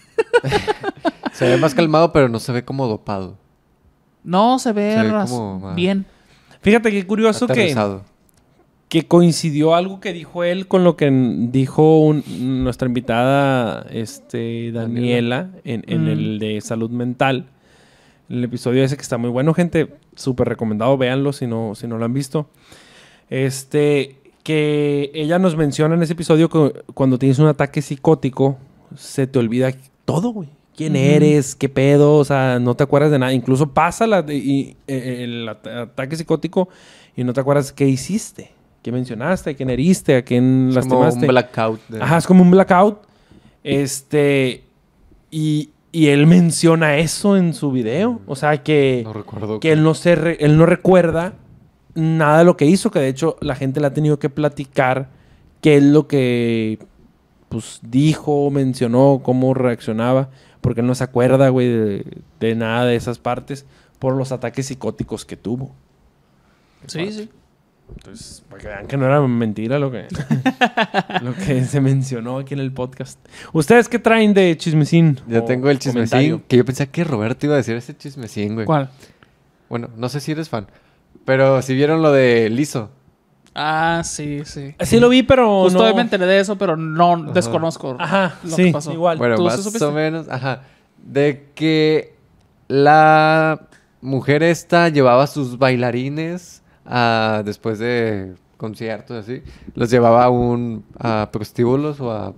Se ve más calmado, pero no se ve como dopado. No, se ve Se ve ras- como más- bien. Fíjate qué curioso que, Aterrizado. que coincidió algo que dijo él con lo que n- dijo un- nuestra invitada este, Daniela en, en Mm. el de salud mental. El episodio ese que está muy bueno, gente. Súper recomendado, véanlo si no, si no lo han visto. Este, que ella nos menciona en ese episodio que cuando tienes un ataque psicótico, se te olvida todo, güey. ¿Quién Ujú. eres? ¿Qué pedo? O sea, no te acuerdas de nada. Incluso pasa la, y, eh, el at- ataque psicótico y no te acuerdas qué hiciste. ¿Qué mencionaste? ¿A quién heriste? ¿A quién Es como lastimaste? un blackout. de- Ajá, es como un blackout. Este. Y, y él menciona eso en su video. O sea, que, No recuerdo. que él, no se re- él no recuerda nada de lo que hizo. Que de hecho la gente le ha tenido que platicar qué es lo que pues dijo, mencionó, cómo reaccionaba. Porque él no se acuerda, güey, de, de nada de esas partes por los ataques psicóticos que tuvo. Sí, sí. Entonces, para que vean que no era mentira lo que, lo que se mencionó aquí en el podcast. ¿Ustedes qué traen de chismecín? Yo o tengo el chismecín, comentario? que yo pensé que Roberto iba a decir ese chismecín, güey. ¿Cuál? Bueno, no sé si eres fan, pero si vieron lo de Lizzo. Ah, sí, sí. Sí lo vi, pero Justo no... hoy me enteré de eso, pero no Ajá. desconozco Ajá, lo sí, que pasó. igual. Bueno, ¿Tú sí más supiste? o menos, ajá. De que la mujer esta llevaba a sus bailarines a, después de conciertos así, los llevaba a un a prostíbulos o a,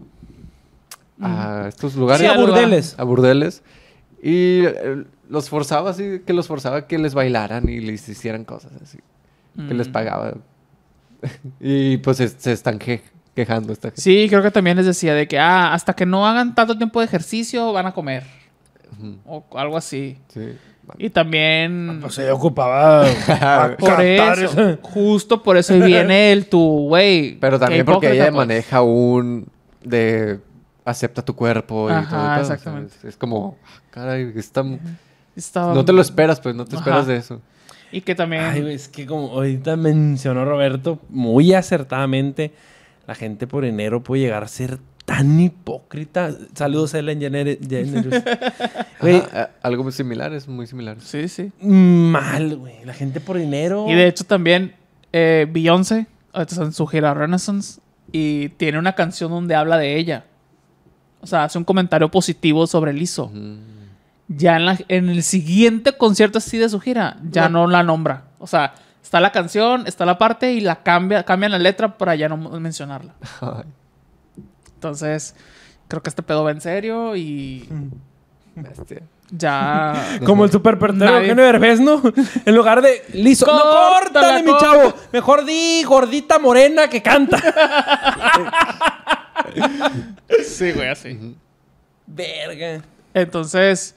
a estos lugares. Sí, a al lugar. burdeles. A burdeles. Y eh, los forzaba así, que los forzaba que les bailaran y les hicieran cosas así. Que Mm. les pagaba. Y pues se, se están que- quejando esta gente. Sí, creo que también les decía de que, ah, hasta que no hagan tanto tiempo de ejercicio, van a comer. Ujú, O algo así. sí. Y también... Pues se ocupaba... a por captar eso, esa- justo por eso ahí viene el tu, güey. Pero qué también porque hipócrita, ella pues. maneja un de acepta tu cuerpo y Ajá, todo. el pedo, o sea, exactamente. es, es como, ah, caray, está, Estaba- no te lo esperas, pues no te esperas Ajá. de eso. Y que también... Ay, güey, es que como ahorita mencionó Roberto muy acertadamente, la gente por enero puede llegar a ser tan hipócrita. Saludos a Ellen Jenner- DeGeneres. Güey, Ajá, a- algo muy similar, es muy similar. Sí, sí. mal, güey. La gente por enero... Y de hecho también eh, Beyoncé, ahorita está en su gira Renaissance, y tiene una canción donde habla de ella. O sea, hace un comentario positivo sobre Lizzo. Mm. Ya en, la- en el siguiente concierto así de su gira, ya no la nombra. O sea, está la canción, está la parte y la cambia, cambian la letra para ya no mencionarla. Ay, Entonces, creo que este pedo va en serio y bestia. ya... Como el super pertero Nadie- Eugenio Derbez, ¿no? En lugar de liso. ¡No, Córtala, córtale, mi córtala. chavo! Mejor di gordita morena que canta. Sí, güey, así. Verga. Entonces,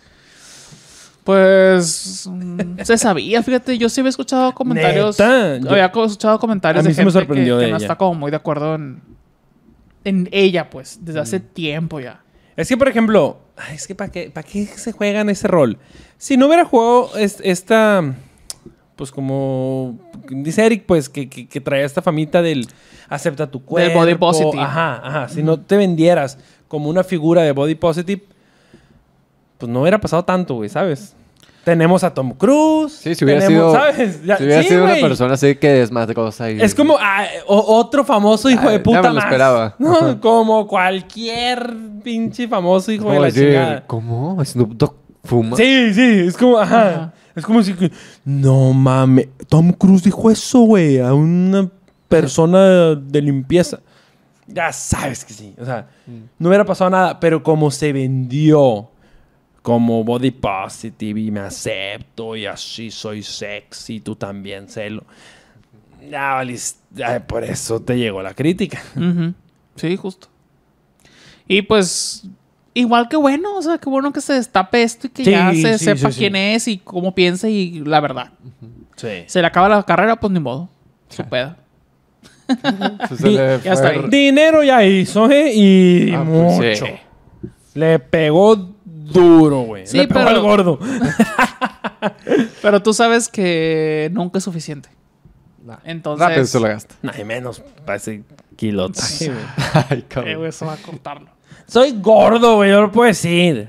pues mm, se sabía, fíjate, yo sí había escuchado comentarios, ¿Neta? Yo- había co- escuchado comentarios A mí de sí me gente sorprendió que, de que no ella. está como muy de acuerdo en, en ella, pues, desde Mm. hace tiempo ya. Es que, por ejemplo, ay, es que ¿para qué, ¿para qué se juegan ese rol? Si no hubiera jugado es- esta, pues como dice Eric, pues que, que, que traía esta famita del acepta tu cuerpo. body positive. Ajá, ajá. Si no te vendieras como una figura de body positive, pues no hubiera pasado tanto, güey, ¿sabes? Tenemos a Tom Cruise. Sí, si hubiera tenemos, sido, ¿sabes? Ya- si hubiera sí, sido una güey. persona así que desmadrosa y... Es como ah, o- otro famoso hijo Ah, de ya puta me lo más. esperaba. No, Ajá. como cualquier pinche famoso hijo de ¿Cómo la decir? chingada. ¿Cómo? ¿Snoop Dogg fuma? Sí, sí, es como, ajá. Ajá. Es como si que, no mames, Tom Cruise dijo eso, güey, a una persona de limpieza. Ya sabes que sí, o sea, no hubiera pasado nada, pero como se vendió como body positive y me acepto y así soy sexy, tú también, celo. Ya, valiste, ya, por eso te llegó la crítica. Ujú. Sí, justo. Y pues, igual que bueno, o sea, qué bueno que se destape esto y que Sí, ya se sí, sepa sí, sí. quién es y cómo piensa y la verdad. Sí. Se le acaba la carrera, pues ni modo. Su peda. Pues se le Ya está fue- ahí. Dinero ya hizo, ¿eh? Y Ah, pues mucho. sí. Le pegó duro, güey. Sí, Le pegó pero- al gordo. Pero tú sabes que nunca es suficiente. Nah. Entonces... Rápido se lo gasta. No, y menos para ese kilotaje, güey. Ay, Eh, cabrón. güey, eso va a cortarlo. Soy gordo, güey. Yo lo puedo decir.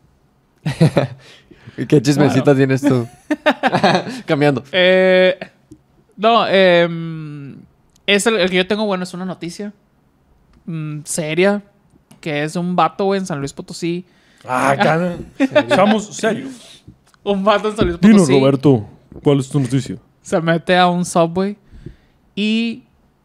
¿Y qué chismecita tienes tú? Cambiando. Eh, no, eh, es el, el que yo tengo, bueno, es una noticia mm, seria, que es un vato, güey, en San Luis Potosí. Ah, cara. Seamos serios. Un vato en San Luis Dinos, Potosí Roberto. ¿Cuál es tu noticia? se mete a un subway y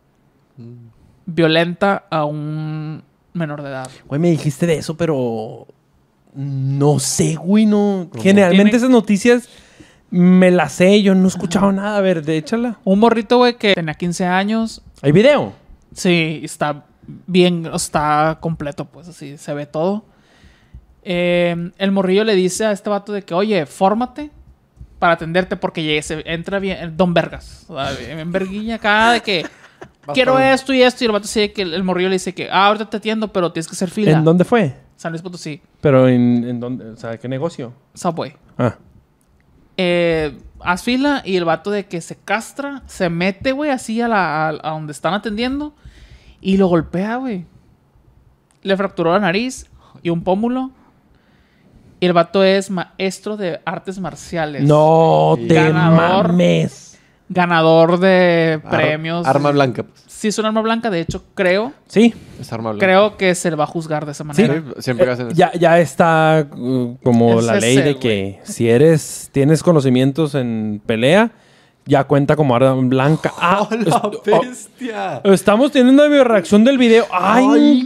violenta a un menor de edad. Güey, me dijiste de eso, pero... No sé, güey, no... ¿Cómo? Generalmente Tiene- esas noticias me las sé. Yo no he escuchado nada. A ver, de échala. Un morrito, güey, que tenía quince años. ¿Hay video? Sí, está bien, está completo, pues así, se ve todo. Eh, el morrillo le dice a este vato de que, oye, fórmate para atenderte porque llegue, se entra bien, Don Vergas. O sea, en verguilla acá de que quiero Bastante. esto y esto. Y el vato dice que el morrillo le dice que, ah, ahorita te atiendo, pero tienes que hacer fila. ¿En dónde fue? San Luis Potosí, Pero en, en dónde... O sea, ¿qué negocio? Subway. Ah. Eh, haz fila y el vato de que se castra, se mete, güey, así a, la, a, a donde están atendiendo y lo golpea, güey. Le fracturó la nariz y un pómulo. Y el vato es maestro de artes marciales. No Sí. te Ganador. mames. Ganador de Ar- premios. Arma blanca, pues. Sí, es un arma blanca. De hecho, creo, Sí, Es arma blanca. creo que se le va a juzgar de esa manera. Sí, siempre que hacen eso. ya, ya está uh, como Es la ley ese, de que si eres, tienes conocimientos en pelea, ya cuenta como arma blanca. Ah, ¡Oh, la est- oh, bestia! estamos teniendo la reacción del video. ¡Ay, ¡Ay,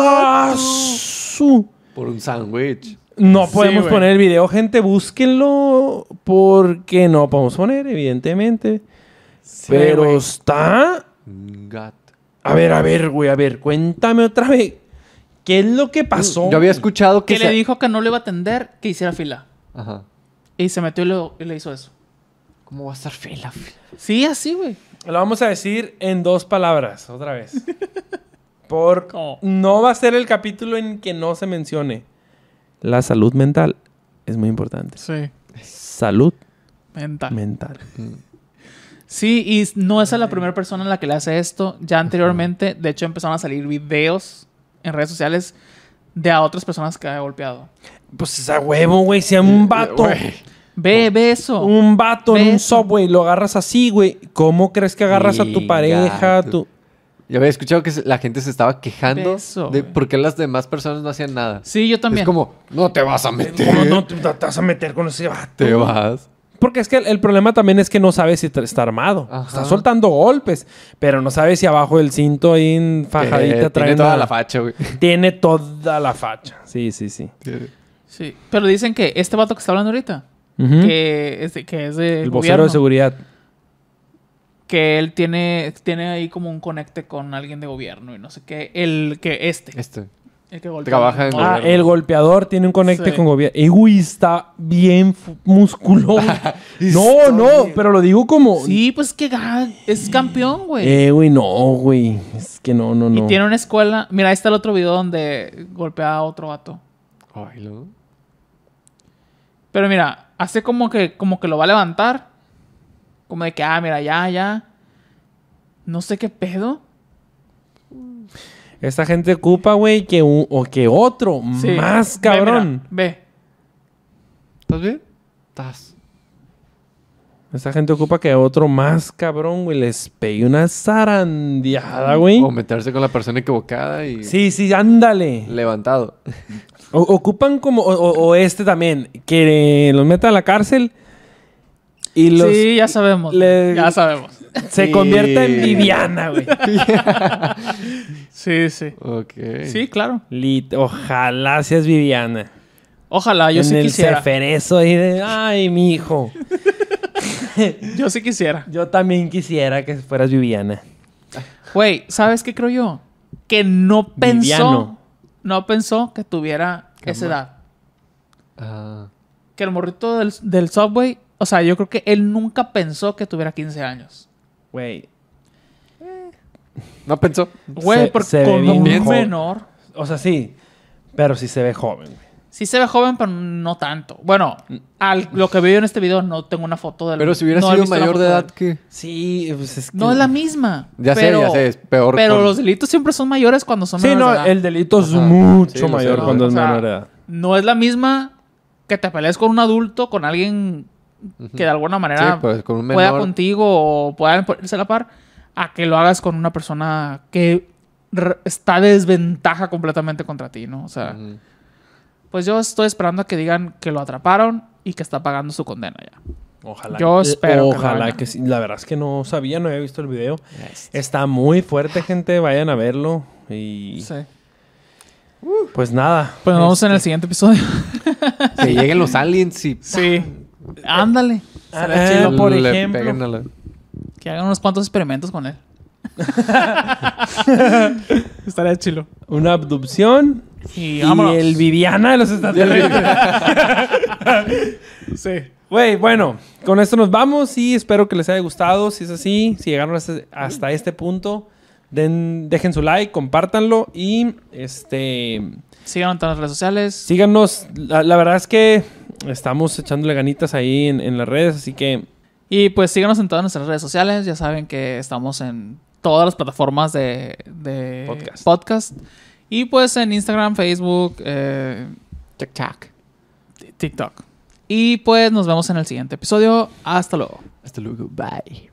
gasu! Por un sándwich. No Sí, podemos güey. poner el video, gente, búsquenlo. Porque no podemos poner, evidentemente. Pero güey. está... Un gato. A ver, a ver, güey, a ver, cuéntame otra vez. ¿Qué es lo que pasó? Yo había escuchado que... Que le dijo que no le iba a atender, que hiciera fila. Ajá. Y se metió y, lo- y le hizo eso. ¿Cómo va a estar fila? Sí, así, güey. Lo vamos a decir en dos palabras, otra vez. Por... ¿Cómo? No va a ser el capítulo en que no se mencione. La salud mental es muy importante. Sí. Salud Mental. mental. Sí, y no es a la primera persona en la que le hace esto. Ya anteriormente, de hecho, empezaron a salir videos en redes sociales de a otras personas que ha golpeado. Pues esa huevo, güey, si a un vato... Güey. Ve, ve eso. Un vato en un Beso. subway, lo agarras así, güey. ¿Cómo crees que agarras a tu Sí, pareja? gato. Tu... Yo había escuchado que se- la gente se estaba quejando Beso, de güey. por qué las demás personas no hacían nada. Sí, yo también. Es como, no te vas a meter. ¿Cómo no te, te vas a meter con ese vato? Te vas. Porque es que el, el problema también es que no sabes si tra- está armado. Ajá. Está soltando golpes, pero no sabes si abajo del cinto ahí en fajadita Eh, trae tiene toda una- la facha, güey. Tiene toda la facha. Sí, sí, sí. Sí. Pero dicen que este vato que está hablando ahorita, Ujú. que, es de, que es de El vocero gobierno, de seguridad. que él tiene, tiene ahí como un conecte con alguien de gobierno y no sé qué. El que este, Este. el que golpeó. Trabaja en Ah, gobierno. el golpeador tiene un conecte Sí. con gobierno. Y uy, está bien fu- musculoso. no, Está no, bien. pero lo digo como... Sí, pues que ga- es campeón, güey. Eh, güey, no, güey. Es que no, no, no. Y tiene una escuela. Mira, ahí está el otro video donde golpea a otro vato. Ay, ¿no? Pero mira, hace como que, como que lo va a levantar. Como de que, ah, mira, ya, ya. No sé qué pedo. Esta gente ocupa, güey, que un, o que otro Sí. más Ve, cabrón. mira, Ve. ¿Estás bien? Estás. Esta gente ocupa que otro más cabrón, güey, les pegue una zarandeada, güey. O meterse con la persona equivocada y Sí, sí, ándale. levantado. O- ocupan como, o, o- o este también, que los meta a la cárcel y los Sí, ya sabemos. le- Ya sabemos. se Sí. convierta en Viviana, güey. Sí, sí. Ok. Sí, claro. Lit- Ojalá seas Viviana. Ojalá, yo en sí el quisiera. ceferezo ahí de, ay, mi hijo. Yo sí quisiera. Yo también quisiera que fueras Viviana. Güey, ¿sabes qué creo yo? Que no pensó. Viviano. No pensó que tuviera esa Cama. edad. Ah. Que el morrito del, del Subway. O sea, yo creo que él nunca pensó que tuviera quince años. Güey. No pensó. Güey, Se- porque se ve con bien un joven. menor. O sea, sí. Pero sí se ve joven, güey. Sí se ve joven, pero no tanto. Bueno, al, lo que veo en este video no tengo una foto del. Pero si hubiera no he sido visto la mayor foto de él. edad, ¿qué? Sí, pues es que... No es la misma. Ya sé, pero- ya sé, es peor Pero con- los delitos siempre son mayores cuando son Sí, menores no, de edad. el delito es Ajá. mucho Sí, lo sé, mayor lo cuando sé. es O sea, menor de edad. No es la misma que te pelees con un adulto, con alguien que de alguna manera Sí, pues con un pueda menor. contigo o pueda ponerse a la par, a que lo hagas con una persona que re- está de desventaja completamente contra ti, ¿no? O sea, Ujú. pues yo estoy esperando a que digan que lo atraparon y que está pagando su condena ya. Ojalá. Yo espero que lo Ojalá hagan. que sí. La verdad es que no sabía, no había visto el video. Está muy fuerte, gente. Vayan a verlo. Y Sí. pues nada. Pues nos vemos en el Este, siguiente episodio. Que lleguen los aliens y... Sí. Ándale. Estaría Ah, chido. por le ejemplo. peguen a la- Que hagan unos cuantos experimentos con él. Estaría chilo. Una abducción. Y Y, vámonos. el Viviana de los extraterrestres. Sí. Güey, bueno, con esto nos vamos y espero que les haya gustado. Si es así, si llegaron hasta, hasta este punto, den, dejen su like, compártanlo y este Síganos en todas las redes sociales. síganos. La, la verdad es que estamos echándole ganitas ahí en, en las redes, así que... Y pues síganos en todas nuestras redes sociales. Ya saben que estamos en todas las plataformas de, de Podcast. podcast. Y pues en Instagram, Facebook, eh, TikTok. TikTok. Y pues nos vemos en el siguiente episodio. Hasta luego. Hasta luego. Bye.